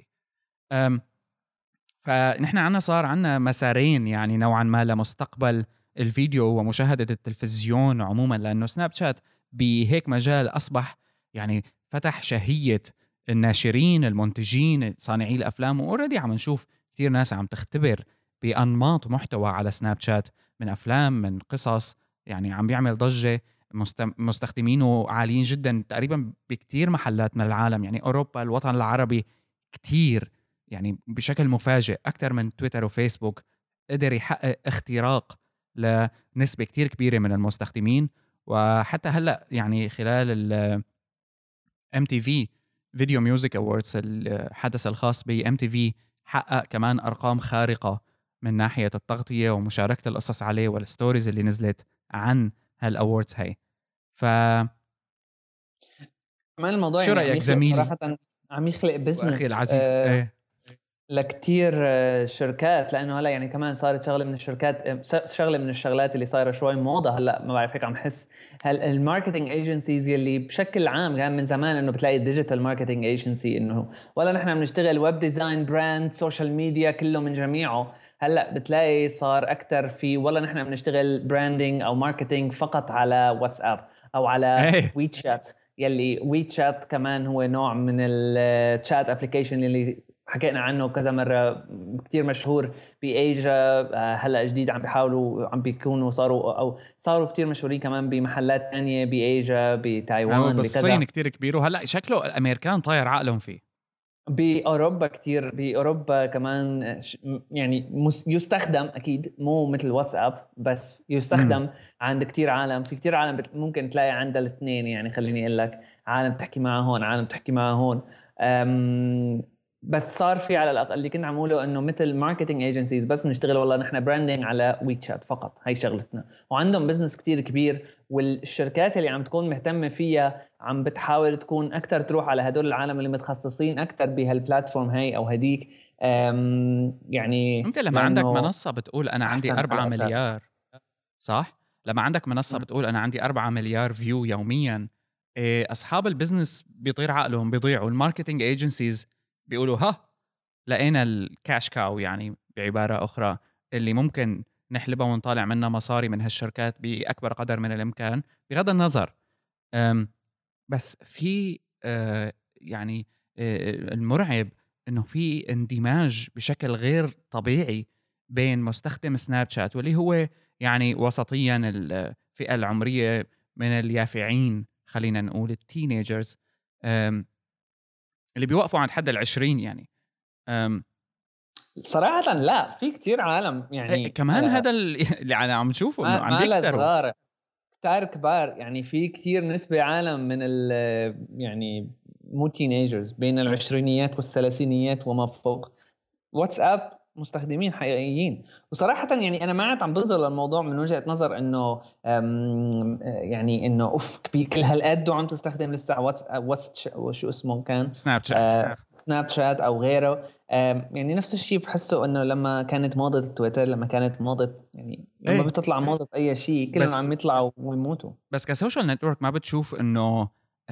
فنحن عنا صار عنا مسارين يعني نوعا ما لمستقبل الفيديو ومشاهدة التلفزيون عموما، لأنه سناب شات بهيك مجال أصبح يعني فتح شهية الناشرين المنتجين صانعي الأفلام. وأوريدي عم نشوف كثير ناس عم تختبر بأنماط محتوى على سناب شات، من أفلام من قصص، يعني عم بيعمل ضجة. مستخدمينه عاليين جدا تقريبا بكتير محلات من العالم. يعني أوروبا، الوطن العربي كتير يعني بشكل مفاجئ أكتر من تويتر وفيسبوك قدر يحقق اختراق لنسبة كتير كبيرة من المستخدمين. وحتى هلأ يعني خلال ال MTV فيديو ميوزك أوردز الحدث الخاص ب MTV حقق كمان أرقام خارقة من ناحية التغطية ومشاركة القصص عليه والستوريز اللي نزلت عن هالأوردز هاي. كمان الموضوع شو يعني عم رأيك يخلق زميلي صراحة، عم يخلق وأخي بزنس العزيز؟ لكتير شركات، لانه هلا يعني كمان صارت شغله من الشركات، شغله من الشغلات اللي صايره شوي موضه هلا، ما بعرف هيك عم حس الماركتينج ايجنسيز يلي بشكل عام كان من زمان انه بتلاقي الديجيتال ماركتينج ايجنسي انه ولا نحن بنشتغل ويب ديزاين، براند، سوشيال ميديا، كله من جميعه. هلا بتلاقي صار اكثر في والله نحن بنشتغل براندينج او ماركتينج فقط على واتساب او على ايه ويتشات، يلي ويتشات كمان هو نوع من الشات ابلكيشن اللي حكينا عنه كذا مرة، كتير مشهور بإيجا. هلأ جديد عم بيحاولوا، عم بيكونوا صاروا كتير مشهورين كمان بمحلات تانية بإيجا، بتايوان، بالصين بكذا. كتير كبير، وهلأ شكله الأمريكان طاير عقلهم فيه. بأوروبا كتير، بأوروبا كمان يعني يستخدم أكيد مو مثل واتساب، بس يستخدم عند كتير عالم. في كتير عالم ممكن تلاقي عندها الاثنين، يعني خليني أقول لك عالم تحكي معه هون، عالم تحكي معه هون. بس صار في على الأقل اللي كنا عموله إنه مثل ماركتينج ايجنسيز بس بنشتغل والله نحن براندينج على ويتشات فقط، هاي شغلتنا. وعندهم بزنس كتير كبير، والشركات اللي عم تكون مهتمة فيها عم بتحاول تكون أكتر تروح على هدول العالم اللي متخصصين أكتر بهالبلاتفورم هاي أو هديك. يعني أنت لما عندك لأنه منصة بتقول أنا عندي أحسن 4 على أساس. مليار، صح؟ لما عندك منصة بتقول أنا عندي 4 مليار فيو يومياً، أصحاب البزنس بيطير عقلهم، بيضيعوا. الماركتينج ايجنسيز بيقولوا ها لقينا الكاش كاو، يعني بعبارة أخرى اللي ممكن نحلبها ونطالع منها مصاري من هالشركات بأكبر قدر من الإمكان. بغض النظر، بس في يعني المرعب إنه في اندماج بشكل غير طبيعي بين مستخدم سناب شات واللي هو يعني وسطيا الفئة العمرية من اليافعين، خلينا نقول التينيجرز اللي بيوقفوا عند حد 20 يعني. صراحة لا، في كتير عالم يعني كمان هذا اللي أنا عم نشوفه إنه عم ما لا بيكتروا. صغار، كتار كبار. يعني في كتير نسبة عالم من يعني مو تينيجرز، بين العشرينيات والثلاثينيات وما فوق، واتساب مستخدمين حقيقيين. وصراحة يعني أنا ما عاد عم بنظر للموضوع من وجهة نظر إنه يعني إنه أوف كبير كل هالقد وعم تستخدم لسه شو اسمه كان سناب شات. سناب شات أو غيره. يعني نفس الشيء بحسه إنه لما كانت موضة التويتر، لما كانت موضة، يعني لما إيه بتطلع موضة أي شيء كلهم بس عم يطلعوا ويموتوا. بس كسوشيال نتورك ما بتشوف إنه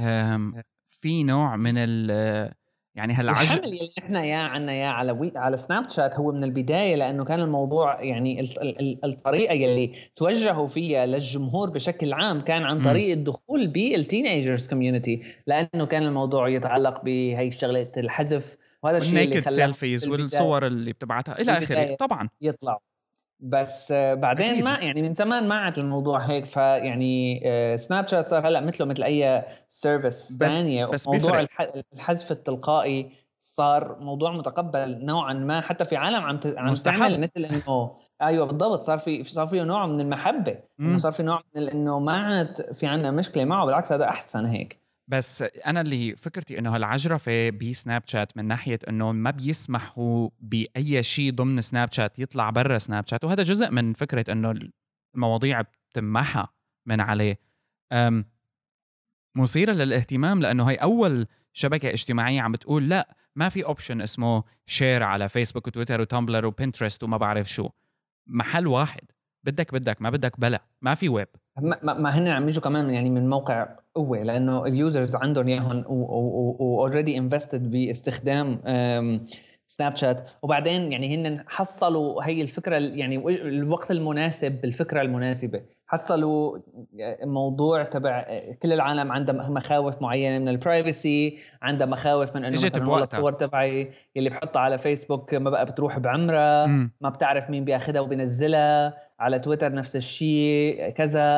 في نوع من يعني الحمل اللي احنا عنا على سناب شات هو من البدايه، لانه كان الموضوع يعني الطريقه يلي توجهوا فيها للجمهور بشكل عام كان عن مم. طريق الدخول بالتينيجرز كوميونتي، لانه كان الموضوع يتعلق بهي شغله الحذف، وهذا الشيء اللي والنيكد خلاهم سيلفيز بالبدايه والصور اللي بتبعتها إلى آخره بالبدايه طبعا. يطلعوا. بس بعدين ما أكيد. يعني من زمان ما عاد الموضوع هيك. فيعني سناب شات صار هلا مثله مثل اي سيرفيس بس ثانيه، بس وموضوع بيفرق. الحذف التلقائي صار موضوع متقبل نوعا ما. حتى في عالم عم تعمل مستحب. مثل انه ايوه بالضبط، صار فيه نوع من المحبه، انه مم. صار في نوع من انه ما عاد في عنا مشكله معه، بالعكس هذا احسن هيك. بس أنا اللي فكرتي إنه هالعجرفة بسناب شات من ناحية إنه ما بيسمحوا بأي شيء ضمن سناب شات يطلع برا سناب شات، وهذا جزء من فكرة إنه المواضيع بتمحى من عليه. أم مثيرة للاهتمام لأنه هي أول شبكة اجتماعية عم بتقول لا ما في اوبشن اسمه شير على فيسبوك وتويتر وتمبلر وبنترست وما بعرف شو، محل واحد، بدك ما بدك بلا، ما في ويب. ما هن عم يجوا كمان يعني من موقع قوة، لأنه اليوزرز عندهم إياهم اوريدي انفستد باستخدام سناب شات. وبعدين يعني هن حصلوا هي الفكرة، يعني الوقت المناسب بالفكرة المناسبة، حصلوا موضوع تبع كل العالم عندها مخاوف معينة من البرايفسي، عندها مخاوف من إنه اجت مثلا والله بوقتها. الصور تبعي اللي بحطها على فيسبوك ما بقى بتروح بعمرها، امم ما بتعرف مين بياخدها وبينزلها. على تويتر نفس الشيء كذا.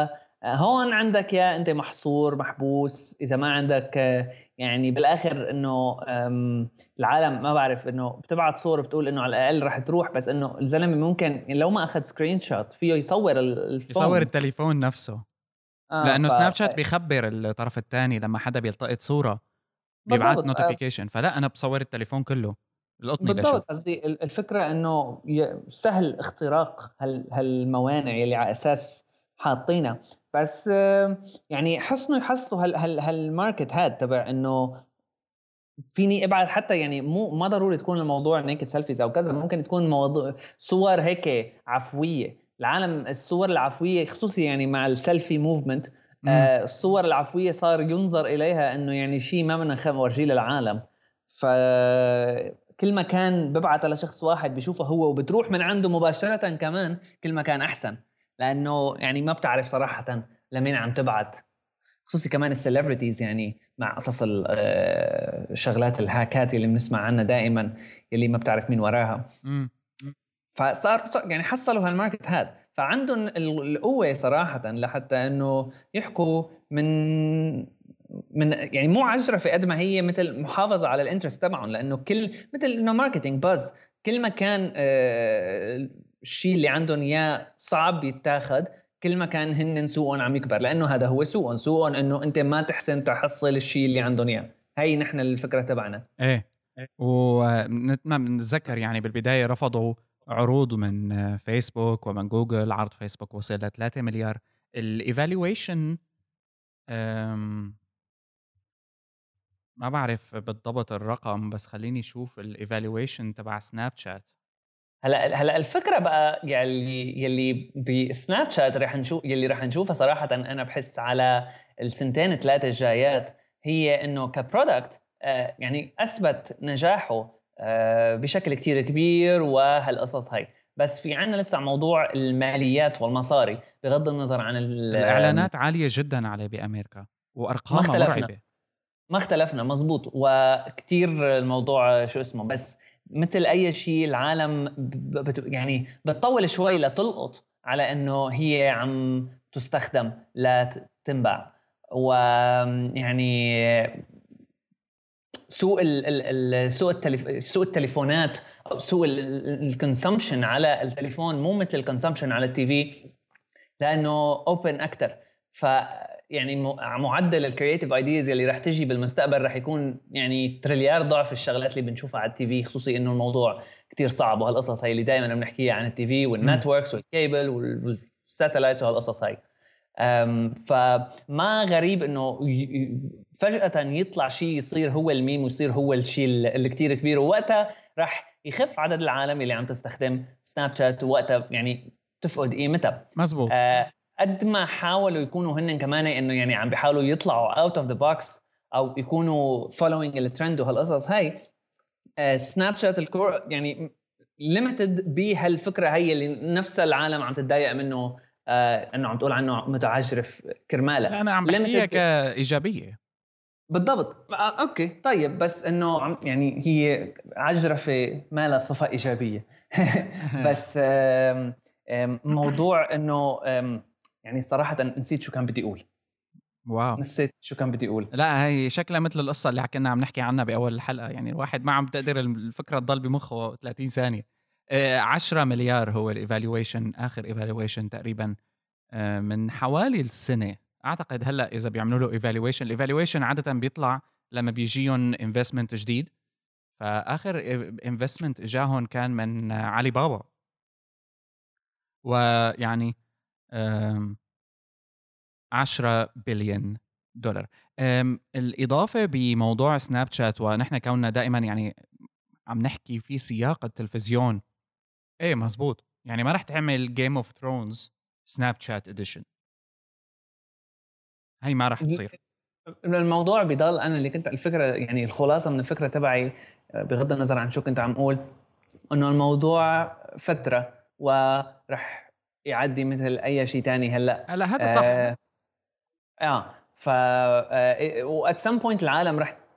هون عندك يا انت محصور محبوس اذا ما عندك يعني بالاخر انه العالم ما بعرف انه بتبعت صور بتقول انه على الاقل رح تروح، بس انه الزلمه ممكن لو ما اخذ سكرين شوت فيه يصور الفون، يصور التليفون نفسه. لانه سناب شات بيخبر الطرف الثاني لما حدا بيلتقط صوره بيبعت نوتيفيكيشن، فلا انا بصور التليفون كله القطني لشو. بالضبط. قصدي الفكره انه سهل اختراق هالموانع اللي على اساس حاطينها، بس يعني حسنوا يحصلوا هالماركت هاد تبع انه فيني ابعد حتى يعني ما ضروري تكون الموضوع نيكد سيلفيز او كذا، ممكن تكون موضوع صور هيك عفويه. العالم الصور العفويه خصوصي يعني مع السيلفي موفمنت، الصور العفويه صار ينظر اليها انه يعني شيء ما بدنا نورجيه للعالم، فكل ما كان ببعث لشخص واحد بيشوفه هو وبتروح من عنده مباشره كمان كل ما كان احسن، لانه يعني ما بتعرف صراحه لمين عم تبعت، خصوصي كمان السيلبرتيز يعني مع قصص الشغلات الهاكات اللي بنسمع عنها دائما اللي ما بتعرف مين وراها. فصار يعني حصلوا هالماركت هاد، فعندهم القوة صراحة لحتى انه يحكوا من يعني مو عجرفة قد ما هي مثل محافظة على الانترست تبعهم، لانه كل مثل انه ماركتينج باز، كل ما كان الشيء اللي عندهم اياه صعب يتاخد كل ما كان هن سوقهم عم يكبر، لانه هذا هو سوقهم انه انت ما تحسن تحصل الشيء اللي عندهم اياه. هي نحن الفكرة تبعنا. ايه وما بنتذكر يعني بالبداية رفضوا عروض من فيسبوك ومن جوجل، عرض فيسبوك وصل ل 3 مليار. الايفالويشن ما بعرف بالضبط الرقم، بس خليني اشوف الايفالويشن تبع سناب شات. هلا الفكره بقى يلي بسناب شات رح نشوفها صراحه انا بحس على السنتين ثلاثه الجايات، هي انه كبرودكت يعني اثبت نجاحه بشكل كتير كبير وهالقصص هاي، بس في عنا لسه موضوع الماليات والمصاري بغض النظر عن الاعلانات عاليه جدا عليه بامريكا وارقامها مرعبه. ما اختلفنا مزبوط، وكتير الموضوع شو اسمه، بس مثل أي شيء العالم يعني بتطول شوي لتلقط على إنه هي عم تستخدم لتنباع، ويعني سوق سوق التليفونات أو سوق الكونسومشن على التليفون مو مثل الكونسومشن على التي في، لأنه أوبن أكتر. يعني معدل الكرياتيف ايدياز اللي رح تجي بالمستقبل رح يكون يعني تريليار ضعف الشغلات اللي بنشوفها على التي في، خصوصي انه الموضوع كتير صعب، وهالقصص هاي اللي دائما بنحكيها عن التي في والنتوركس والكيبل والساتلايتس وهالقصص هاي. فما غريب انه فجأة يطلع شيء يصير هو الميم ويصير هو الشيء اللي كتير كبير، ووقتها رح يخف عدد العالم اللي عم تستخدم سناب شات، ووقتها يعني تفقد قيمتها. مزبوط. قد ما حاولوا يكونوا هن كمان انه يعني عم بيحاولوا يطلعوا اوت اوف ذا بوكس او يكونوا فولوينج الترند وهالقصص هاي، سناب شات الكور يعني ليميتد بهالفكره هي اللي نفس العالم عم تتضايق منه، انه عم تقول عنه متعجرف كرماله. انا عم بحكيها كايجابيه. بالضبط. اوكي طيب، بس انه يعني هي عجرفه ما لها صفه ايجابيه. بس موضوع انه يعني صراحة نسيت شو كان بدي أقول. واو، نسيت شو كان بدي أقول. لا هي شكلها مثل القصة اللي كنا عم نحكي عنها بأول الحلقة، يعني الواحد ما عم تقدر الفكرة تضل بمخه 30 ثانية. 10 مليار هو الإيفالويشن، آخر إيفالويشن تقريبا من حوالي السنة أعتقد. هلأ إذا بيعملوا له إيفالويشن، الإيفالويشن عادة بيطلع لما بيجيهم إنفستمنت جديد، فآخر إنفستمنت إجاهن كان من علي بابا، ويعني 10 بليون دولار. الإضافة بموضوع سناب شات، ونحن كوننا دائما يعني عم نحكي في سياق التلفزيون، ايه مزبوط، يعني ما رح تعمل جيم اوف ثرونز سناب شات اديشن، هي ما رح تصير. الموضوع بضل أنا اللي كنت الفكرة يعني الخلاصة من الفكرة تبعي بغض النظر عن شو كنت عم أقول، إنه الموضوع فترة ورح يعدي مثل أي شيء تاني. هلا هذا صح. ف وات سم بوينت العالم رح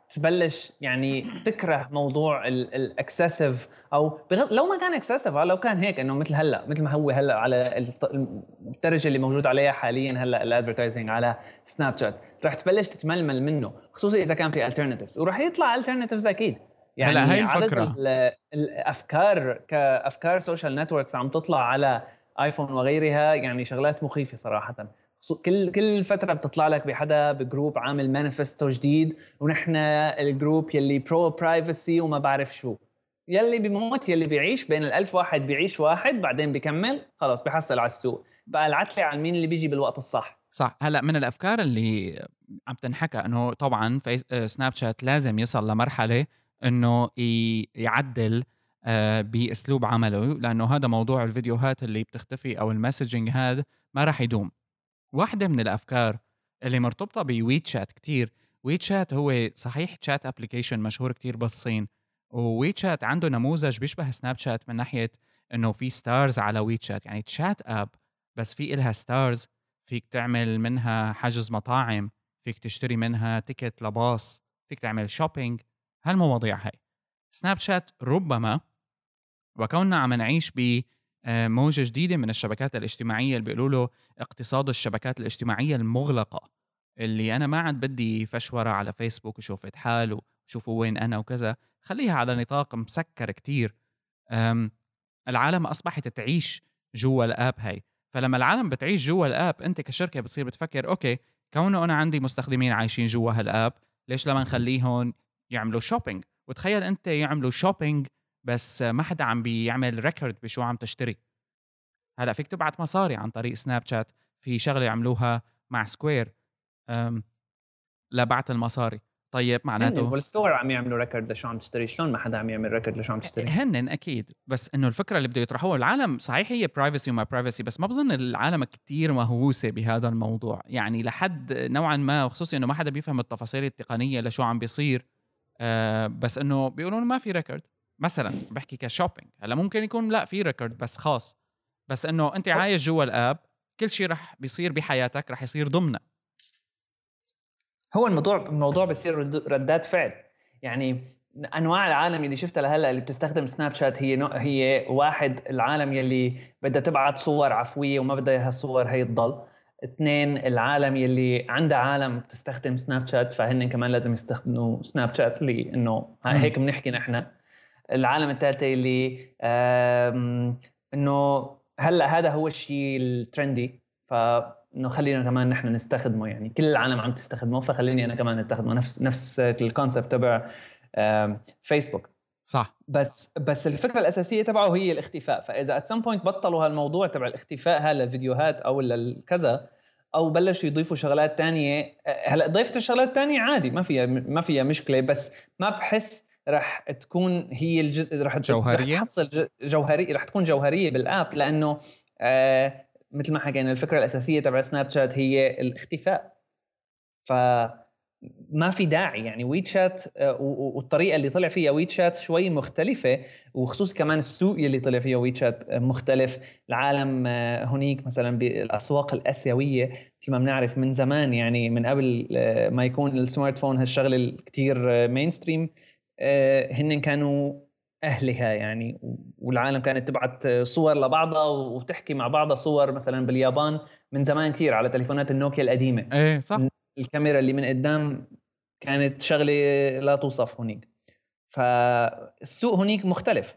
تبلش يعني تكره موضوع الاكسسيف، او لو ما كان اكسسيف، لو كان هيك انه مثل هلا، مثل ما هو هلا على الدرجه اللي موجود عليها حاليا هلا الادفرتايزنج على سناب شات، رح تبلش تتململ منه، خصوصا اذا كان في alternatives، ورح يطلع alternatives اكيد. هلا يعني هاي عدد الفكرة. الافكار كافكار سوشيال نتوركس عم تطلع على ايفون وغيرها، يعني شغلات مخيفه صراحه. كل فتره بتطلع لك بحدا بجروب عامل مانيفستو جديد، ونحن الجروب يلي برو برايفسي وما بعرف شو، يلي بيموت يلي بيعيش بين الألف واحد بيعيش واحد، بعدين بيكمل خلاص بيحصل على السوق بقى العتلة على مين اللي بيجي بالوقت الصح. صح. هلا من الافكار اللي عم تنحكى انه طبعا سناب شات لازم يصل لمرحله انه يعدل باسلوب عمله، لانه هذا موضوع الفيديوهات اللي بتختفي او المسجنج هذا ما راح يدوم. واحدة من الأفكار اللي مرتبطة بويتشات كتير، ويتشات هو صحيح تشات ابليكيشن مشهور كتير بالصين، وويتشات عنده نموذج بيشبه سناب شات من ناحية انه في ستارز على ويتشات، يعني تشات اب بس في إلها ستارز، فيك تعمل منها حجز مطاعم، فيك تشتري منها تيكت لباص، فيك تعمل شوبينج، هالمواضيع هاي. سناب شات ربما، وكوننا عم نعيش بموجة جديدة من الشبكات الاجتماعية اللي بيقولوا له اقتصاد الشبكات الاجتماعية المغلقة، اللي أنا ما عاد بدي فشورة على فيسبوك وشوفت حال وشوفوا وين أنا وكذا، خليها على نطاق مسكر كتير. العالم أصبحت تعيش جوا الآب هاي، فلما العالم بتعيش جوا الآب أنت كشركة بتصير بتفكر أوكي، كونه أنا عندي مستخدمين عايشين جوا هالآب، ليش لما نخليهم يعملوا شوبينج؟ وتخيل أنت يعملوا شوبينج بس ما حدا عم بيعمل ريكورد بشو عم تشتري. هلا فيك تبعت مصاري عن طريق سناب شات، في شغله يعملوها مع سكوير لبعت المصاري. طيب هن معناته والستور عم يعملوا ريكورد لشو عم تشتري، شلون ما حدا عم يعمل ريكورد لشو عم تشتري؟ هنن اكيد، بس انه الفكره اللي بده يطرحوها العالم صحيح هي برايفسي وما برايفسي، بس ما بظن العالم كتير مهووسه بهذا الموضوع، يعني لحد نوعا ما، وخصوصي انه ما حدا بيفهم التفاصيل التقنيه لشو عم بيصير. بس انه بيقولون ما في ريكورد مثلا، بحكي كشوبينج. هلا ممكن يكون لا في ريكورد بس خاص، بس انه انت عايش جوا الاب، كل شيء رح بيصير بحياتك رح يصير ضمنه. هو الموضوع بصير ردات فعل. يعني انواع العالم اللي شفتها لهلا اللي بتستخدم سناب شات هي واحد، العالم يلي بدها تبعت صور عفويه وما بدها هالصور هي تضل. اثنين، العالم يلي عندها عالم بتستخدم سناب شات فهن كمان لازم يستخدموا سناب شات، اللي انه هيك بنحكي نحن. العالم الثالثه اللي انه هلا هذا هو الشيء الترندي، انه خلينا كمان نحن نستخدمه، يعني كل العالم عم تستخدمه فخليني انا كمان استخدمه، نفس الكونسبت تبع فيسبوك. صح. بس الفكره الاساسيه تبعه هي الاختفاء. فاذا at some point بطلوا هالموضوع تبع الاختفاء هذا الفيديوهات او الكذا، او بلشوا يضيفوا شغلات تانية، هلا ضيفت الشغلات التانية عادي، ما فيها مشكله، بس ما بحس رح تكون هي الجزء رح تحصل جوهريه، رح تكون جوهريه بالاب، لانه مثل ما حكينا الفكره الاساسيه تبع سناب شات هي الاختفاء. فما في داعي، يعني ويتشات والطريقه اللي طلع فيها ويتشات شوي مختلفه، وخصوصي كمان السوق اللي طلع فيها ويتشات مختلف. العالم هنيك مثلا بالاسواق الاسيويه مثل ما بنعرف من زمان، يعني من قبل ما يكون السمارت فون هالشغله الكتير مينستريم، هن كانوا أهلها يعني، والعالم كانت تبعت صور لبعضها وتحكي مع بعضها صور. مثلا باليابان من زمان كتير على تليفونات النوكيا القديمة، ايه صح، الكاميرا اللي من قدام كانت شغلة لا توصف هنيك. فالسوق هنيك مختلف.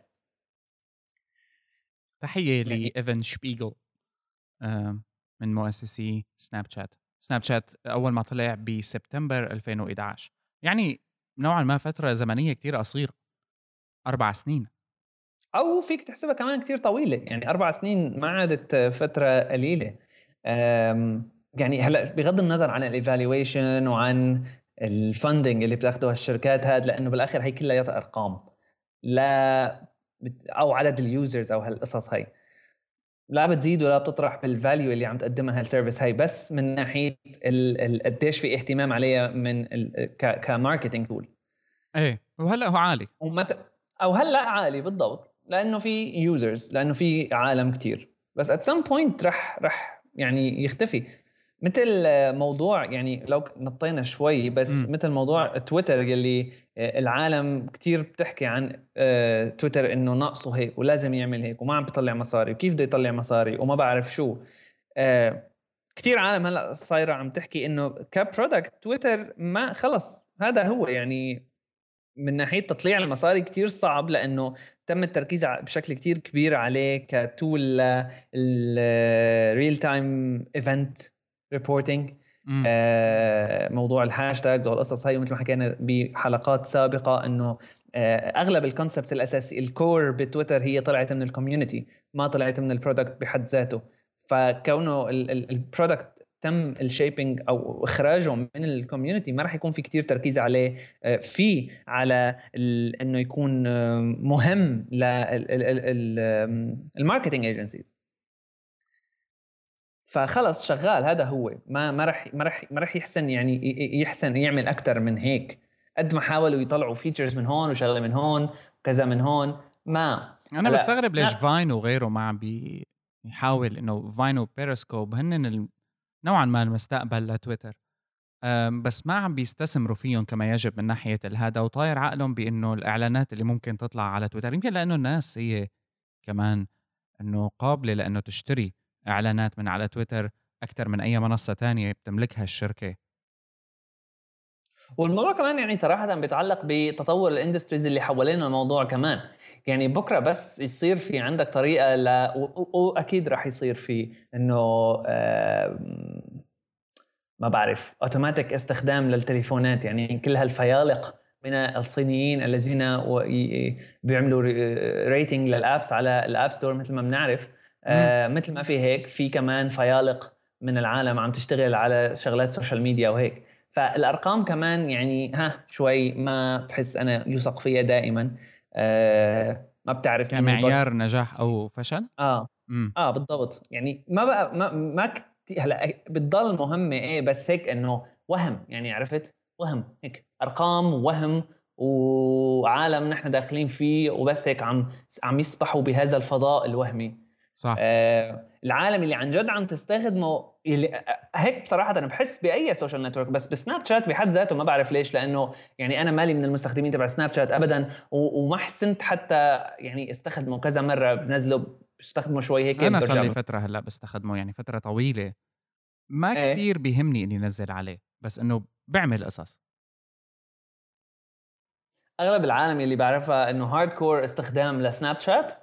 تحية يعني لإيفن شبيغل من مؤسسي سناب شات. سناب شات أول ما طلع بسبتمبر 2011، يعني نوعا ما فترة زمنية كتير قصيرة، 4 سنين. أو فيك تحسبها كمان كتير طويلة، يعني 4 سنين ما عادت فترة قليلة. يعني هلا بغض النظر عن الايفالويشن وعن الفندنج اللي بتاخده الشركات هاد، لأنه بالآخر هي كلها أرقام، لا أو عدد اليوزرز أو هالقصص هاي، لا بتزيد ولا بتطرح بالفاليو اللي عم تقدمها هالسيرفيس هاي، بس من ناحية قديش في اهتمام عليها من كماركتينج تول. ايه وهلا هو عالي، او هلا عالي بالضبط، لانه في يوزرز، لانه في عالم كتير، بس at some point رح يعني يختفي. مثل موضوع يعني لو نطينا شوي بس مثل موضوع تويتر يلي العالم كتير بتحكي عن تويتر انه ناقصه هيك ولازم يعمل هيك وما عم بيطلع مصاري وكيف بده يطلع مصاري وما بعرف شو. كتير عالم هلا صايره عم تحكي انه كبرودكت تويتر ما خلص هذا هو يعني من ناحيه تطليع المصاري كتير صعب لانه تم التركيز بشكل كتير كبير عليه كتول الريل تايم ايفنت ريبورتينج. موضوع الهاشتاجز والقصص هاي مثل ما حكينا بحلقات سابقه انه اغلب الكونسبت الاساسي الكور بتويتر هي طلعت من الكوميونتي ما طلعت من البرودكت بحد ذاته. فكونه البرودكت تم الشيبينج او اخراجه من الكوميونتي ما راح يكون في كتير تركيز عليه في على انه يكون مهم للماركتينج ايجنسيز. فخلص شغال هذا هو ما راح يحسن يعني يحسن يعمل اكثر من هيك قد ما حاولوا يطلعوا فيتشرز من هون وشغله من هون وكذا من هون. ما انا بستغرب ليش فاين وغيره ما عم بيحاول انه فاين وبيريسكوب هن نوعا ما المستقبل لتويتر، بس ما عم بيستثمروا فيهم كما يجب من ناحية هذا وطاير عقلهم بأنه الإعلانات اللي ممكن تطلع على تويتر يمكن لأنه الناس هي كمان أنه قابلة لأنه تشتري إعلانات من على تويتر أكثر من أي منصة تانية بتملكها الشركة. والموضوع كمان يعني صراحة بيتعلق بتطور الاندستريز اللي حوالين الموضوع كمان. يعني بكرة بس يصير في عندك طريقة وأكيد راح يصير في إنه ما بعرف اوتوماتيك استخدام للتليفونات. يعني كل هالفيالق من الصينيين الذين بيعملوا ريتنج للابس على الاب ستور مثل ما بنعرف. مثل ما في هيك في كمان فيالق من العالم عم تشتغل على شغلات سوشيال ميديا وهيك. فالارقام كمان يعني شوي ما بحس انا يوثق فيها دائما. ما بتعرف كمعيار نجاح او فشل. بالضبط. يعني ما بقى ما هلا بتضل مهمه بس هيك انه وهم يعني عرفت وهم هيك ارقام وهم وعالم نحن داخلين فيه وبس هيك عم يسبحوا بهذا الفضاء الوهمي. صح. العالم اللي عن جد عم تستخدمه اللي هيك بصراحه انا بحس باي سوشيال نتورك بس بسناب شات بحد ذاته ما بعرف ليش لانه يعني انا مالي من المستخدمين تبع سناب شات ابدا وما حسنت حتى يعني استخدمه كذا مره بنزله بستخدمه شوي هيك انا صار لي فتره هلا بستخدمه يعني فتره طويله ما كتير بيهمني اني نزل عليه بس انه بعمل قصص. اغلب العالم اللي بعرفها انه هارد كور استخدام لسناب شات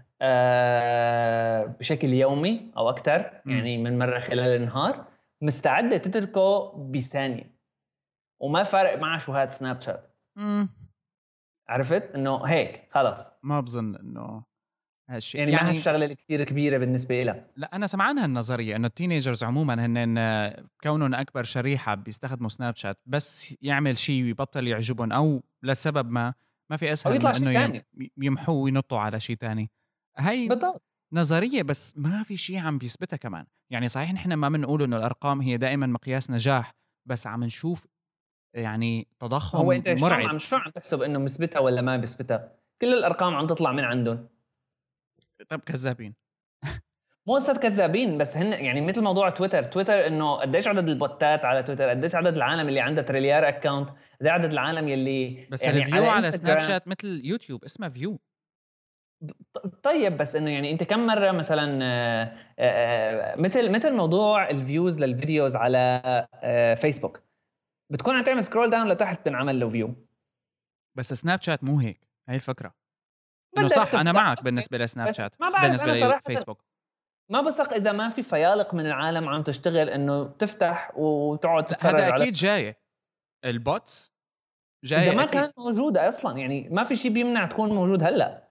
بشكل يومي او اكثر يعني من مره خلال النهار مستعده تتركه بثانيه وما فارق معه شو هاد سناب شات. عرفت انه هيك خلص ما بظن انه هالشيء يعني ما هالشغله كثير كبيره بالنسبه لها. لا انا سمعان هالنظريه انه التينيجرز عموما هن كونهم اكبر شريحه بيستخدموا سناب شات بس يعمل شيء ويبطل يعجبهم او لسبب ما في اسهل من انه يمحوا وينطوا على شيء تاني. هاي بالضبط نظريه بس ما في شيء عم بيثبتها كمان. يعني صحيح نحن ما بنقول انه الارقام هي دائما مقياس نجاح بس عم نشوف يعني تضخم هو انت مرعب. شو عم تحسب انه مثبتها ولا ما مثبتها؟ كل الارقام عم تطلع من عندهم. طب كذابين. مو قصة كذابين بس هن يعني مثل موضوع تويتر انه قديش عدد البوتات على تويتر قديش عدد العالم اللي عنده تريليار اكاونت قديش عدد العالم يلي بس يعني الفيو على سناب شات مثل يوتيوب اسمه فيو. طيب بس انه يعني انت كم مره مثلا مثل موضوع الفيوز للفيديوز على فيسبوك بتكون عم تعمل سكرول داون لتحت بنعمل له فيو. بس سناب شات مو هيك. هاي الفكره انه صح انا معك بالنسبه لسناب شات بالنسبه لفيسبوك ما بثق اذا ما في فيالق من العالم عم تشتغل انه تفتح وتقعد تتفرج هذا اكيد جاي البوتس جاي اذا ما كانت موجوده اصلا يعني ما في شيء بيمنع تكون موجود هلا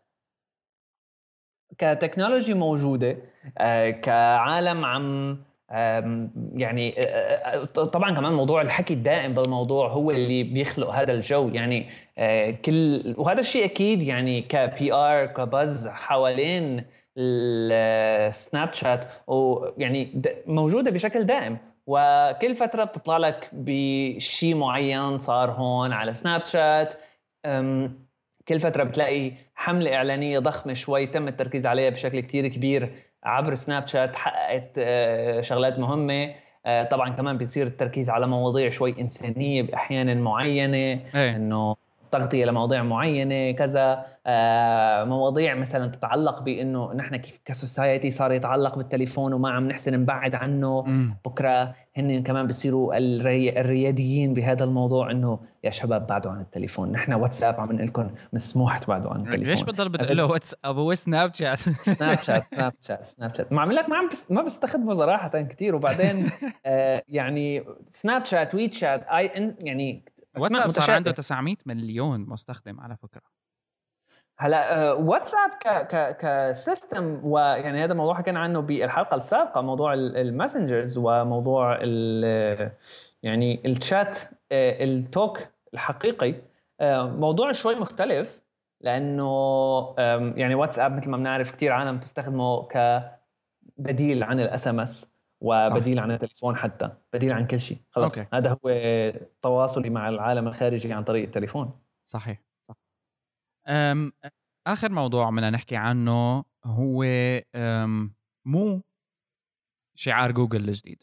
كتكنولوجي موجوده كعالم عم يعني طبعا كمان موضوع الحكي الدائم بالموضوع هو اللي بيخلق هذا الجو يعني كل وهذا الشيء اكيد يعني كبي ار كبز حوالين السناب شات ويعني موجوده بشكل دائم وكل فتره بتطلع لك بشيء معين صار هون على سناب شات. كل فترة بتلاقي حملة إعلانية ضخمة شوي تم التركيز عليها بشكل كتير كبير عبر سناب شات حققت شغلات مهمة. طبعا كمان بيصير التركيز على مواضيع شوي إنسانية بأحيان معينة، ايه إنه تغطية لمواضيع معينة كذا. مواضيع مثلا تتعلق بأنه نحن كيف كسوسايتي صار يتعلق بالتليفون وما عم نحسن نبعد عنه. امم بكرة هن كمان بيصيروا الرياديين بهذا الموضوع، إنه يا شباب بعدوا عن التليفون، نحن واتساب عم نقول لكم مسموح تبعدوا عن ليش التليفون. بتضل بتقول له واتساب وسناب شات؟ سناب شات ما عم لك، ما بستخدمه صراحة كتير. وبعدين يعني سناب شات، تويت شات، يعني اسماء واتساب صار عنده متشابهة. 900 مليون مستخدم على فكرة. هلا واتساب كسيستم، ويعني هذا الموضوع حكينا عنه بالحلقة السابقة، موضوع الماسنجرز وموضوع يعني الشات، التوك الحقيقي. موضوع شوي مختلف، لأنه يعني واتساب مثل ما بنعرف كتير عالم تستخدمه كبديل عن الاس ام اس، صح. وبديل عن التليفون، حتى بديل عن كل شيء. خلص اوكي هذا هو تواصلي مع العالم الخارجي عن طريق التليفون. صحيح صح. أم آخر موضوع بدنا نحكي عنه هو مو شعار جوجل الجديد.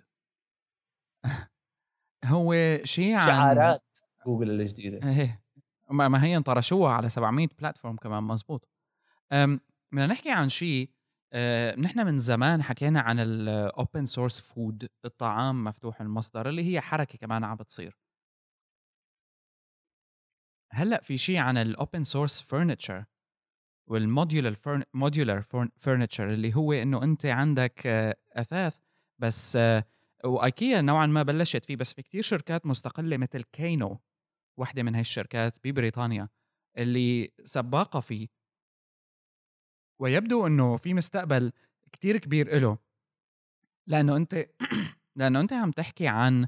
هو شيء عن شعارات جوجل الجديدة. ايه ما هي انطرشوها على 700 بلاتفورم كمان. مزبوط. بدنا نحكي عن شيء. نحن من زمان حكينا عن الاوبن سورس فود، الطعام مفتوح المصدر، اللي هي حركة كمان عم بتصير. هلا في شيء عن الاوبن سورس فرنتشر والموديولر فرنتشر، اللي هو انه انت عندك اثاث بس. وايكيا نوعا ما بلشت فيه، بس في كتير شركات مستقله مثل كينو، واحدة من هاي الشركات ببريطانيا اللي سباقة فيه، ويبدو انه في مستقبل كتير كبير له. لانه انت لانه انت عم تحكي عن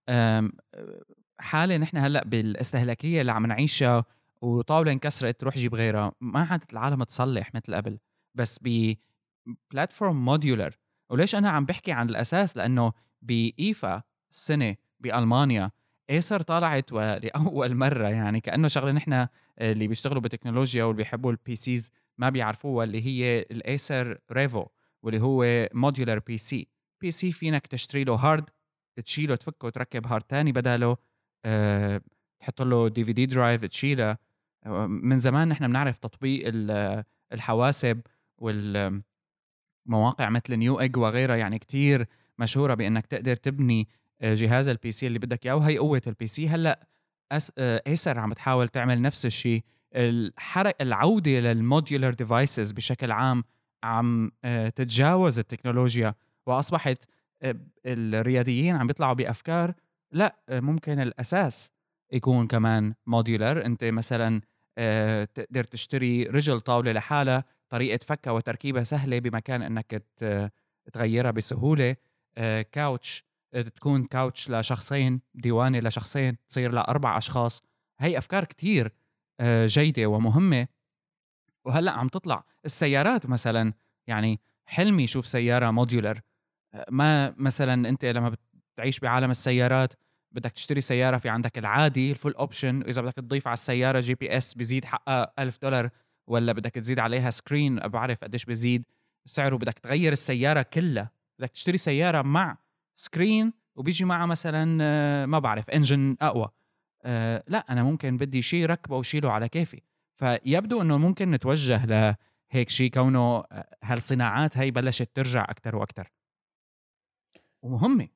حالة نحن هلا بالاستهلاكية اللي عم نعيشها، وطاولة انكسرت روح جيب غيرها، ما عادت العالم تصلح مثل قبل، بس ببلاتفورم موديولر. وليش انا عم بحكي عن الاساس؟ لانه بإيفا السنة بألمانيا ايسر طلعت ولأول مرة، يعني كأنه شغلة نحن اللي بيشتغلوا بتكنولوجيا واللي بيحبوا البي سيز ما بيعرفوها، اللي هي الايسر ريفو، واللي هو موديولر بي سي فينك تشتري له هارد، تشيله تفكه وتركب هارد تاني بداله، تحط له دي في دي درايف تشيله. من زمان نحن بنعرف تطبيق الحواسب والمواقع مثل نيو ايج وغيرها، يعني كتير مشهورة بأنك تقدر تبني جهاز البي سي اللي بدك إياه، وهي قوة البي سي. هلأ ايسر عم بتحاول تعمل نفس الشيء. العودة للموديولر ديفايسز بشكل عام عم تتجاوز التكنولوجيا، وأصبحت الرياديين عم بيطلعوا بأفكار لا ممكن الأساس يكون كمان موديولر. أنت مثلا تقدر تشتري رجل طاولة لحالة، طريقة فكها وتركيبها سهلة بمكان أنك تغيرها بسهولة. كاوتش تكون كاوتش لشخصين، ديوانة لشخصين تصير لأربع أشخاص. هي أفكار كتير جيدة ومهمة. وهلأ عم تطلع السيارات مثلا، يعني حلمي شوف سيارة موديولر. ما مثلا أنت لما بتعيش بعالم السيارات بدك تشتري سيارة، في عندك العادي الفول اوبشن، إذا بدك تضيف على السيارة جي بي اس بيزيد حقها $1000، ولا بدك تزيد عليها سكرين بعرف قديش بيزيد سعره، بدك تغير السيارة كلها، بدك تشتري سيارة مع سكرين وبيجي معها مثلا ما بعرف انجن أقوى. لا أنا ممكن بدي شيء ركبه وشيله على كيفي. فيبدو أنه ممكن نتوجه لهيك شيء، كونه هالصناعات هاي بلشت ترجع أكتر وأكتر ومهمة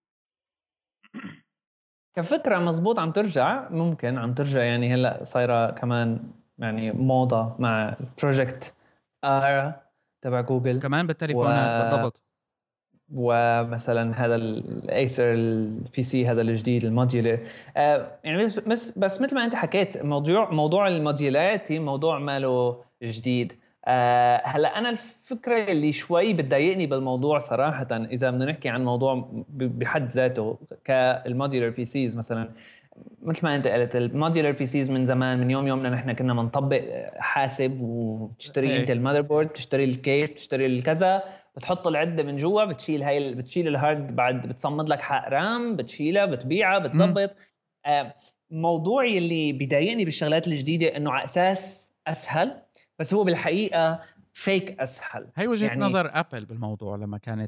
كفكرة مزبوط عم ترجع، ممكن عم ترجع. يعني هلا صايرة كمان يعني موضة مع بروجكت آر تبع جوجل، كمان بالتليفونات. بالضبط. ومثلا هذا الايسر البي سي هذا الجديد الموديولر. يعني بس مثل ما انت حكيت، موضوع الموديولاريتي موضوع ماله جديد. هلا انا الفكره اللي شوي بتضايقني بالموضوع صراحه، اذا بدنا نحكي عن موضوع بحد ذاته كالموديولر بي سيز مثلا، مثل ما انت قلت الموديولر بي سيز من زمان، من يومنا نحن كنا بنطبق حاسب، وبتشتري انت المذر بورد، بتشتري الكيس، بتشتري الكذا، بتحط العده من جوا، بتشيل بتشيل الهارد، بعد بتصمد لك حق رام، بتشيلها بتبيعها بتزبط. موضوعي اللي بيضايقني بالشغلات الجديده انه على اساس اسهل، بس هو بالحقيقه فيك اسهل. هي وجهة يعني نظر أبل بالموضوع لما كانت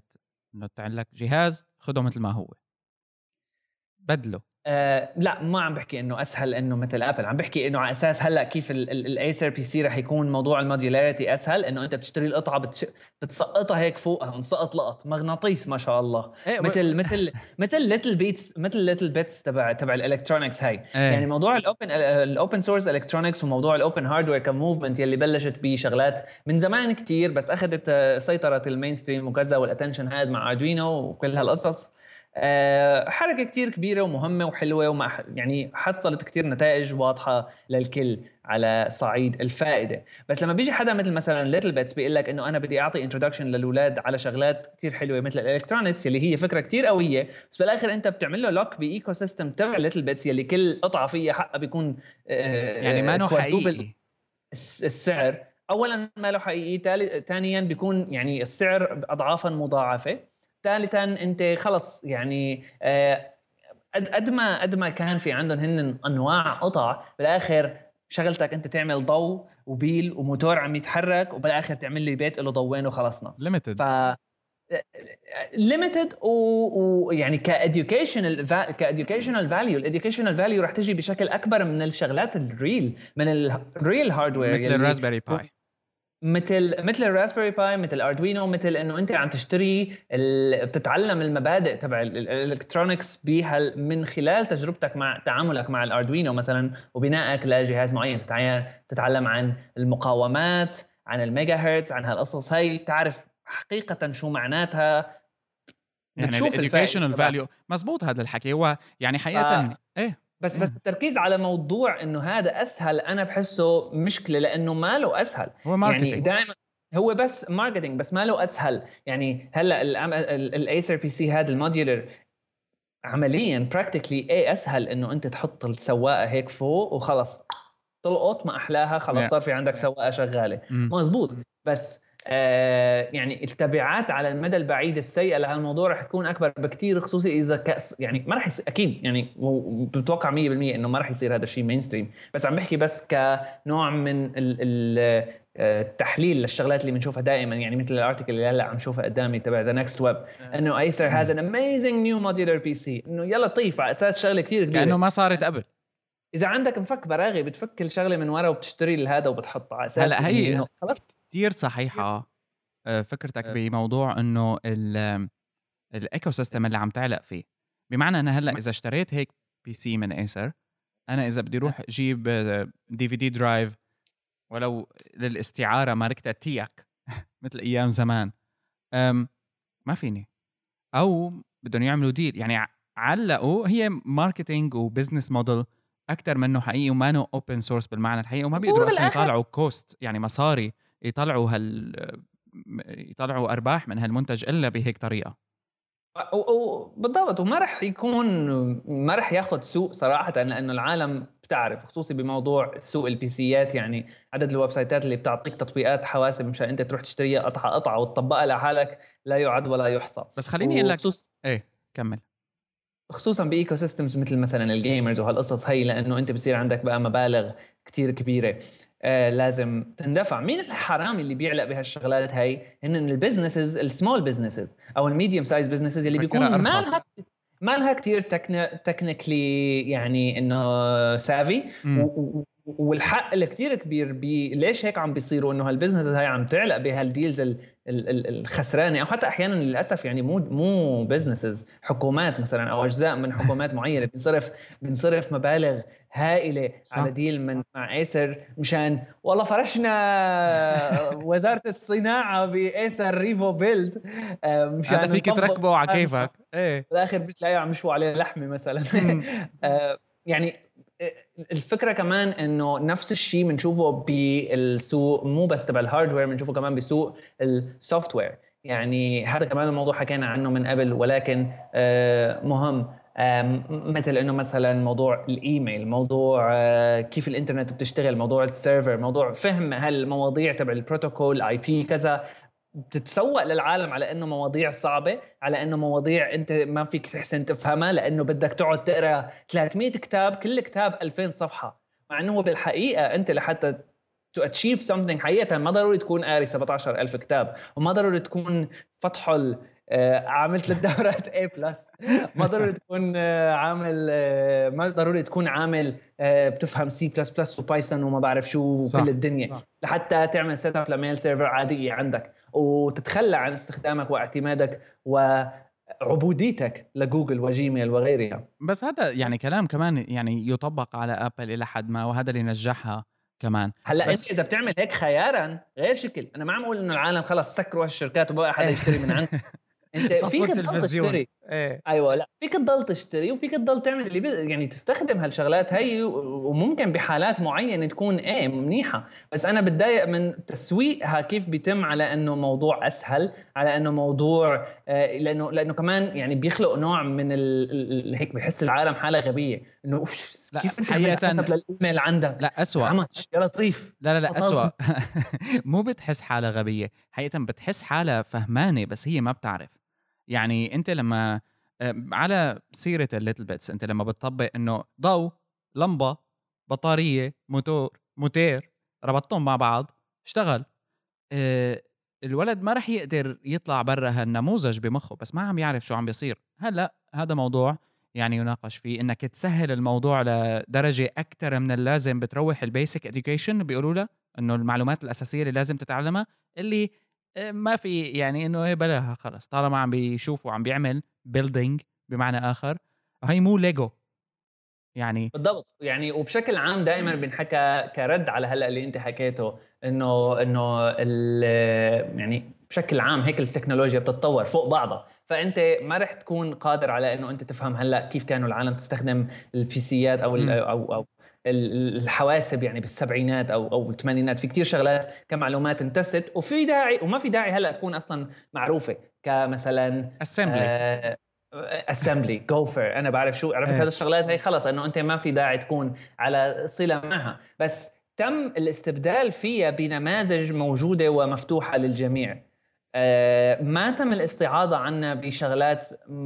انه تعمل لك جهاز خده مثل ما هو، بدله. لا، ما عم بحكي انه اسهل انه مثل ابل، عم بحكي انه على اساس هلا كيف الايسر بي سي رح يكون موضوع الموديولاريتي اسهل، انه انت بتشتري القطعه بتسقطها هيك فوقها ونسقط لقط مغناطيس ما شاء الله. إيه مثل ليتل بيتس تبع الالكترونكس هاي. يعني إيه. موضوع الاوبن سورس الكترونكس وموضوع الاوبن هاردوير كموفمنت يلي بلشت بشغلات من زمان كتير، بس اخذت سيطره المين ستريم وكذا، والاتنشن هاد مع اردوينو وكل هالقصص. حركة كتير كبيرة ومهمة وحلوة، وما يعني حصلت كتير نتائج واضحة للكل على صعيد الفائدة. بس لما بيجي حدا مثل مثلا ليتل بيتس بيقول لك انه انا بدي اعطي انترودكشن للأولاد على شغلات كتير حلوة مثل الالكترونكس يلي هي فكرة كتير قوية، بس بالاخر انت بتعمل له لوك بايكو سيستم تبع ليتل بيتس يلي كل قطعة فيها حقها بيكون يعني ما نو حقيقي. السعر اولا ما له حقيقي، ثانيا بيكون يعني السعر اضعافا مضاعفة، ثالثا انت خلص يعني قد ما كان في عندهم هن انواع قطع، بالاخر شغلتك انت تعمل ضوء وبيل وموتور عم يتحرك، وبالاخر تعمل لي بيت له ضوين وخلصنا. ليميتد. ليميتد ويعني كاديوكيشنال فاليو، الاديوكيشنال فاليو رح تجي بشكل اكبر من الشغلات الريل، من الريل هاردوير مثل الراسبيري باي، مثل الراسبيري باي، مثل اردوينو، مثل انه انت عم تشتري بتتعلم المبادئ تبع الالكترونكس من خلال تجربتك مع تعاملك مع الاردوينو مثلا، وبنائك لجهاز معين تتعلم عن المقاومات، عن الميجا هرتز، عن هالقصص هاي، تعرف حقيقة شو معناتها، يعني بتشوف الاديوكيشنال الفائدة. فاليو. مزبوط هذا الحكي. هو يعني حقيقة ايه. بس التركيز على موضوع انه هذا اسهل انا بحسه مشكله، لانه ما له اسهل. هو يعني ماركتينج. دائما هو بس ماركتينج، بس ما له اسهل. يعني هلا الايسر بي سي هذا الموديولر عمليا براكتيكلي ايه اسهل انه انت تحط السواقه هيك فوق وخلص تلقط ما احلاها، خلص صار في عندك سواقه شغاله مزبوط. بس يعني التبعات على المدى البعيد السيئه لهالموضوع رح تكون اكبر بكتير، خصوصي اذا يعني ما رح اكيد يعني بتوقع 100% انه ما رح يصير هذا الشيء مين ستريم، بس عم بحكي بس كنوع من التحليل للشغلات اللي بنشوفها دائما. يعني مثل الارتيكل اللي هلا عم شوفها قدامي تبع ذا نكست ويب، انه ايسر هاز ان اميزنج نيو موديولر بي سي، انه يلا طيف على اساس شغله كثير كبيره كانه ما صارت قبل. اذا عندك مفك براغي بتفك الشغله من ورا وبتشتري هذا وبتحطه على اساس هلا هي انه خلص كثير صحيحه فكرتك بموضوع انه الايكو سيستم اللي عم تعلق فيه. بمعنى انا هلا اذا اشتريت هيك بي سي من ايسر، انا اذا بدي اروح اجيب دي في دي درايف ولو للاستعاره ماركتها تياك مثل ايام زمان، ما فيني. او بدهم يعملوا ديل، يعني علقوا. هي ماركتينج وبزنس موديل اكثر منه حقيقي، وما نو اوبن سورس بالمعنى الحقيقي، وما بيقدروا اصلا يطلعوا كوست، يعني مصاري يطلعوا يطلعوا ارباح من هالمنتج الا بهيك طريقه. بالضبط. وما رح يكون، ما رح ياخذ سوق صراحه، لانه العالم بتعرف، خصوصي بموضوع سوق البي سيات، يعني عدد الويب سايتات اللي بتعطيك تطبيقات حواسب مشان انت تروح تشتريها قطعه وتطبقها لحالك لا يعد ولا يحصى. بس خليني اقول لك ايه، كمل. خصوصا بايكو سيستمز مثل مثلا الجيمرز وهالقصص هي، لانه انت بصير عندك بقى مبالغ كتير كبيره لازم تندفع. مين الحرامي اللي بيعلق بهالشغلات هاي؟ هن البزنسز السمول بزنسز او الميديوم سايز بزنسز اللي بيكون ما لها كتير تكنيكلي، يعني انه سافي والحق اللي كتير كبير ليش هيك عم بيصيروا انه هالبزنس هاي عم تعلق بهالديلز الخسرانه، او حتى احيانا للاسف يعني مو بزنسز، حكومات مثلا او اجزاء من حكومات معينه بنصرف مبالغ هائله صح. على ديل مع ايسر مشان والله فرشنا وزاره الصناعه بايسر ريفو بيلد مشان هذا فيك تركبه على كيفك. ايه بالاخر بتلاقيه عم يشوي عليه لحمه مثلا يعني الفكره كمان انه نفس الشيء بنشوفه بالسوق، مو بس تبع الهاردوير، بنشوفه كمان بسوق السوفت وير. يعني هذا كمان الموضوع حكينا عنه من قبل، ولكن مهم، مثل انه مثلا موضوع الايميل، موضوع كيف الانترنت بتشتغل، موضوع السيرفر، موضوع فهم هالمواضيع تبع البروتوكول اي بي كذا، بتتسوق للعالم على انه مواضيع صعبه، على انه مواضيع انت ما فيك تحسن تفهمها، لانه بدك تقعد تقرا 300 كتاب، كل كتاب 2000 صفحه، مع انه بالحقيقه انت لحتى to achieve something حقيقه ما ضروري تكون قاري 17000 كتاب، وما ضروري تكون فتحوا عامل 3 دورات A+. ما ضروري تكون عامل ما ضروري تكون عامل بتفهم C++ وبايثون وما بعرف شو صح. كل الدنيا لحتى تعمل سيت اب لميل سيرفر عادية عندك وتتخلى عن استخدامك واعتمادك وعبوديتك لجوجل وجيميل وغيرها. بس هذا يعني كلام كمان يعني يطبق على ابل الى حد ما، وهذا اللي نجحها كمان. هلا بس انت اذا بتعمل هيك خيارا غير شكل، انا ما عم اقول انه العالم خلص سكروا هالشركات وبقى حدا يشتري من عندهم. انت فيك تضل تشتري. ايه ايوه لا فيك تضل تشتري وفيك تضل تعمل اللي يعني تستخدم هالشغلات هي وممكن بحالات معينه تكون منيحه. بس انا بتضايق من تسويقها كيف بيتم على انه موضوع اسهل، على انه موضوع لانه كمان يعني بيخلق نوع من هيك بحس العالم حاله غبيه انه كيف انت عملت سيت اب للايميل عندك. لا اسوء يا لطيف. لا اسوء. مو بتحس حالة غبية، حقيقة بتحس حالة فهمانة بس هي ما بتعرف. يعني انت لما على سيرة الليتل بيتس، انت لما بتطبق انه ضوء، لمبة، بطارية، موتير ربطتهم مع بعض اشتغل، الولد ما رح يقدر يطلع برا هالنموذج بمخه، بس ما عم يعرف شو عم بيصير. هلأ هذا موضوع يعني يناقش فيه، انك تسهل الموضوع لدرجة اكتر من اللازم، بتروح البيسك اديوكيشن بيقولوا له انه المعلومات الاساسية اللي لازم تتعلمها، اللي ما في يعني انه ايه بلاها خلص طالما عم بيشوفوا عم بيعمل بيلدينج بمعنى اخر، هي مو ليجو يعني. بالضبط. يعني وبشكل عام دائما بنحكى كرد على هلا اللي انت حكيته انه يعني بشكل عام هيك التكنولوجيا بتتطور فوق بعضها، فانت ما رح تكون قادر على انه انت تفهم هلا كيف كانوا العالم تستخدم البيسيات او الحواسب يعني بالسبعينات او الثمانينات. في كتير شغلات كمعلومات انتست وفي داعي وما في داعي هلا تكون اصلا معروفه، كمثلا اسمبلي جوفر انا بعرف شو عرفت هذا الشغلات هي خلص انه انت ما في داعي تكون على صله معها، بس تم الاستبدال فيها بنماذج موجوده ومفتوحه للجميع. ما تم الاستعاضه عنها بشغلات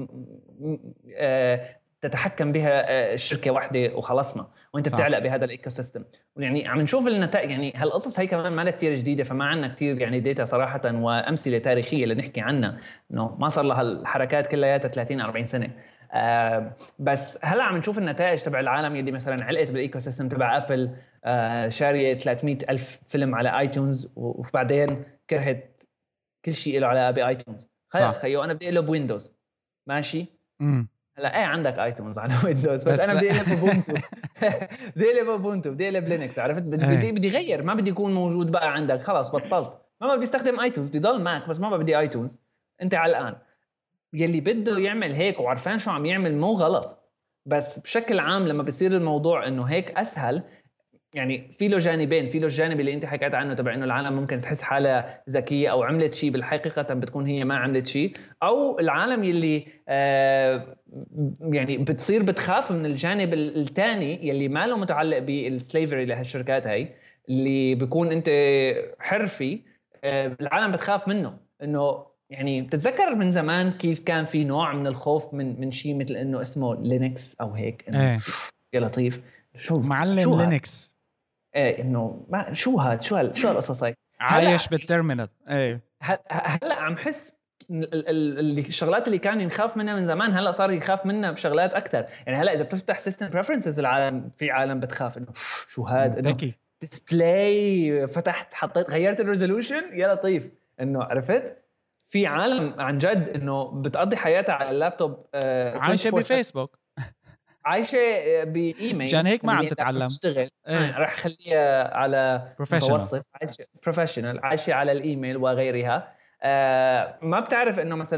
تتحكم بها الشركه واحده وخلصنا وانت صح. بتعلق بهذا الايكو سيستم. يعني عم نشوف النتائج، يعني هالقصص هي كمان ما كتير جديده، فما عندنا كتير يعني ديتا صراحه وامثله تاريخيه لنحكي عنها، انه ما صار لها الحركات كلياتها 30 40 سنه. بس هلا عم نشوف النتائج تبع العالم يلي مثلا علقت بالايكو سيستم تبع ابل، شاريه 300 ألف فيلم على ايتونز وبعدين كرهت كل شيء له علاقه بايتونز. خلص خيو انا بدي اقلب ويندوز ماشي. هلا ايه عندك ايتونز على ويندوز بس انا بدي اقلب اوبونتو بدي اقلب اوبونتو بدي اقلب لينكس عرفت. بدي غير، ما بدي يكون موجود بقى عندك خلاص بطلت ما بدي استخدم ايتونز، بدي ضل ماك بس ما بدي ايتونز. انت علقان. يلي بده يعمل هيك وعرفان شو عم يعمل مو غلط، بس بشكل عام لما بيصير الموضوع انه هيك اسهل، يعني في له جانبين. في له الجانب اللي انت حكيت عنه تبع انه العالم ممكن تحس حالها ذكيه او عملت شيء بالحقيقه بتكون هي ما عملت شيء، او العالم يلي يعني بتصير بتخاف من الجانب الثاني يلي ما له متعلق بالسليفري لهالشركات هاي، اللي بيكون انت حرفي العالم بتخاف منه. انه يعني بتتذكر من زمان كيف كان في نوع من الخوف من شيء مثل انه اسمه لينكس او هيك، انه يا لطيف شو معلم لينكس، ايه انه ما شو هالقصص هاي عايش بالتيرمينال. ايه هلا عم حس الشغلات اللي كان ينخاف منها من زمان هلا صار يخاف منها بشغلات اكثر. يعني هلا اذا بتفتح سيستم بريفرنسز العالم في عالم بتخاف انه شو هاد، انه ديسبلاي فتحت حطيت غيرت الريزولوشن يا لطيف، انه عرفت. في عالم عن جد انه بتقضي حياتها على اللابتوب، عايشه بفيسبوك، عايشه بايميل، عشان هيك ما عم تتعلم تشتغل. راح خليها على متوسط، عايشه بروفيشنال، عايشه على الايميل وغيرها. ما بتعرف انه مثلا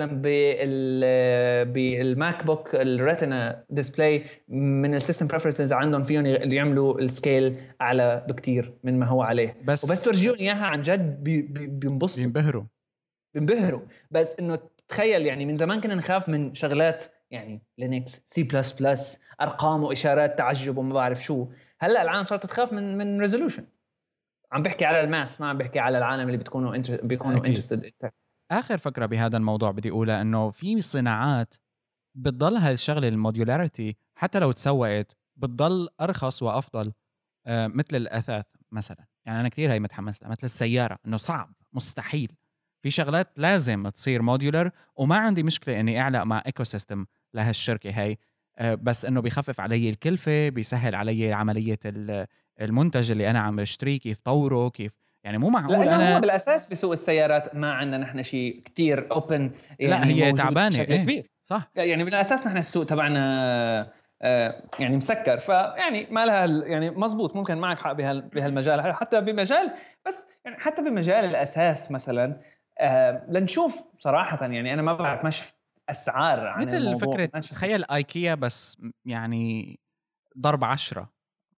بالماك بوك الريتنا ديسبلاي من السيستم بريفرنسز عندهم فيهم يعملوا السكيل اعلى بكتير من ما هو عليه، وبس تورجيون اياها عن جد بينبسطوا بينبهروا. بس انه تخيل يعني من زمان كنا نخاف من شغلات يعني لينكس سي بلس بلس ارقام واشارات تعجب وما بعرف شو، هلا العالم صارت تخاف من ريزولوشن. عم بحكي على الماس، ما عم بحكي على العالم اللي بيكونوا انترستد. اخر فكره بهذا الموضوع بدي اقولها انه في صناعات بتضل هالشغله الموديولاريتي حتى لو تسوقت بتضل ارخص وافضل، مثل الاثاث مثلا. يعني انا كثير هي متحمس لها، مثل السياره انه صعب مستحيل في شغلات لازم تصير موديولر، وما عندي مشكله اني اعلق مع ايكو سيستم لهالشركه هي، بس انه بيخفف علي الكلفه، بيسهل علي عمليه المنتج اللي انا عم اشتريه، كيف طوره، كيف يعني مو معقول لأنه انا هو بالأساس بسوق السيارات ما عندنا نحن شيء كتير اوبن، لا يعني هي موجود تعبانه بشكل كبير. صح. يعني بالأساس نحن السوق تبعنا يعني مسكر، فيعني ما لها يعني مزبوط، ممكن معك حق بهالمجال، حتى بمجال، بس يعني حتى بمجال الأساس مثلا لنشوف صراحة. يعني أنا ما بعرف، ما شفت أسعار عن مثل الموضوع، فكره ما شفت. تخيل ايكيا بس يعني ضرب 10.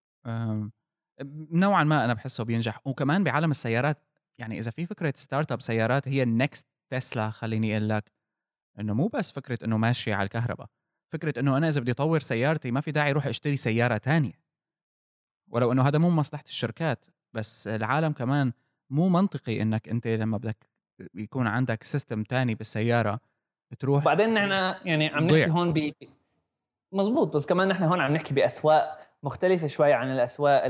نوعا ما انا بحسه بينجح. وكمان بعالم السيارات، يعني اذا في فكره ستارت اب سيارات هي النكست تسلا، خليني اقول لك انه مو بس فكره انه ماشيه على الكهرباء، فكره انه انا اذا بدي اطور سيارتي ما في داعي اروح اشتري سياره تانية، ولو انه هذا مو مصلحه الشركات، بس العالم كمان مو منطقي انك انت لما بدك يكون عندك سيستم تاني بالسياره تروح وبعدين نحن يعني عم نحكي تضيع. هون مزبوط، بس كمان نحن هون عم نحكي بأسواق مختلفة شوي عن الأسواق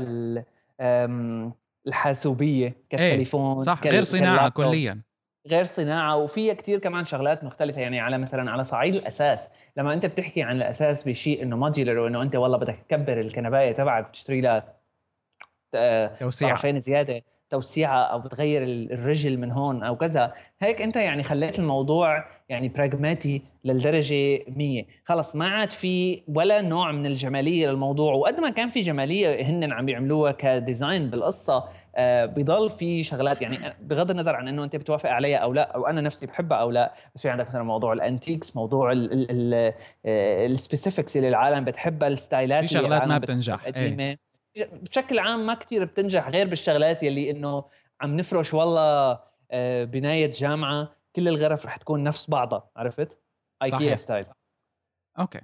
الحاسوبية، ايه كالتليفون صح، غير صناعه كاللابتوب، كليا. غير صناعة، وفيها كتير كمان شغلات مختلفة. يعني على مثلا على صعيد الأساس، لما أنت بتحكي عن الأساس بشيء إنه موديولر، وإنه أنت والله بدك تكبر الكنباية تبعك وتشتري لها توسيعه. طرفين زيادة، توسيعة، أو بتغير الرجل من هون أو كذا، هيك أنت يعني خليت الموضوع يعني براغماتي للدرجة 100. خلص ما عاد في ولا نوع من الجمالية للموضوع، وقد ما كان في جمالية هن عم بيعملوها كديزاين بالقصة، بيضل في شغلات يعني بغض النظر عن انه انت بتوافق عليها او لا، او انا نفسي بحبها او لا، بس في عندك مثلا موضوع الانتيكس، موضوع السبيسيفيكس اللي العالم بتحبها، في الستايلات اللي شغلات ما العالم بتحبها بتنجح ايه. القديمة. بشكل عام ما كتير بتنجح غير بالشغلات يلي انه عم نفرش والله بناية جامعة كل الغرف رح تكون نفس بعضها، عرفت؟ ايكيا صحيح. ستايل. اوكي.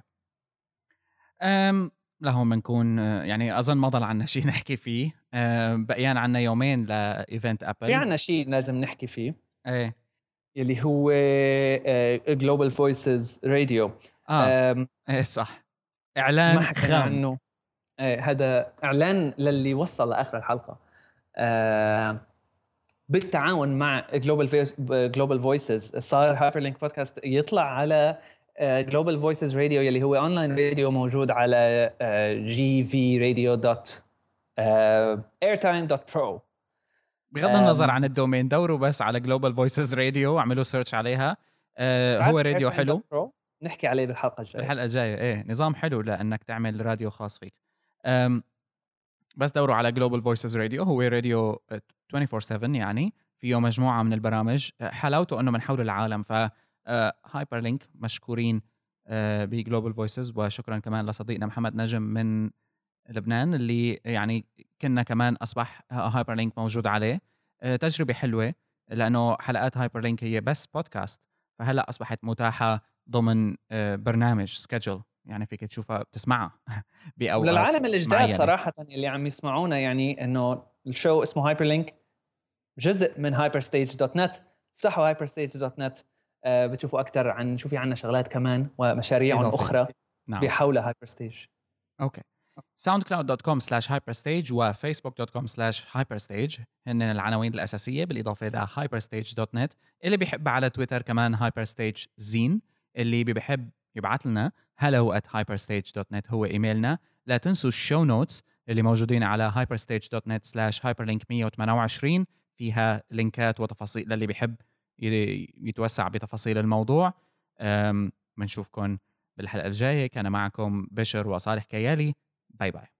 لهون بنكون يعني اظن ما ضل عنا شيء نحكي فيه. بقيان عنا يومين لايفنت في ابل. عنا شيء لازم نحكي فيه، ايه. يلي هو Global Voices Radio. اه ايه صح، ما اعلان حكينا خام. عنه. هذا إعلان للي وصل لآخر الحلقة، بالتعاون مع Global Voices. صار هايبرلينك بودكاست يطلع على Global Voices Radio، يلي هو أونلاين راديو موجود على gvradio.airtime.pro. بغض النظر عن الدومين، دوروا بس على جلوبال فويسز راديو واعملوا سيرش عليها. هو راديو حلو. airtime.pro نحكي عليه بالحلقة الجاية. الحلقه الجايه ايه نظام حلو لانك تعمل راديو خاص فيك. بس دوروا على جلوبال فويسز راديو، هو راديو 24/7 يعني فيه مجموعه من البرامج. حلاوته انه من حول العالم. ف هايبر لينك مشكورين بجلوبال فويسز، وشكرا كمان لصديقنا محمد نجم من لبنان اللي يعني كنا كمان اصبح هايبر لينك موجود عليه. تجربه حلوه لانه حلقات هايبر لينك هي بس بودكاست، فهلا اصبحت متاحه ضمن برنامج سكيدجول، يعني فيك تشوفها بتسمعها باوقات وللعالم الجداد معينه. صراحة اللي عم يسمعونا، يعني انه الشو اسمه هايبر لينك، جزء من hyperstage.net. افتحوا hyperstage.net بتشوفوا اكثر عن شو في عنا شغلات كمان ومشاريع إضافية. اخرى نعم. بحول hyperstage. اوكي. soundcloud.com/hyperstage وفيسبوك.com/hyperstage هن العناوين الأساسية، بالإضافة ل hyperstage.net. اللي بيحب على تويتر كمان hyperstage زين. اللي بيحب يبعث لنا hello@hyperstage.net هو إيميلنا. لا تنسوا الشو نوتس اللي موجودين على hyperstage.net/hyperlink 128 فيها لينكات وتفاصيل للي بيحب يتوسع بتفاصيل الموضوع. بنشوفكم بالحلقة الجاية. كان معكم بشر وصالح كيالي. باي باي.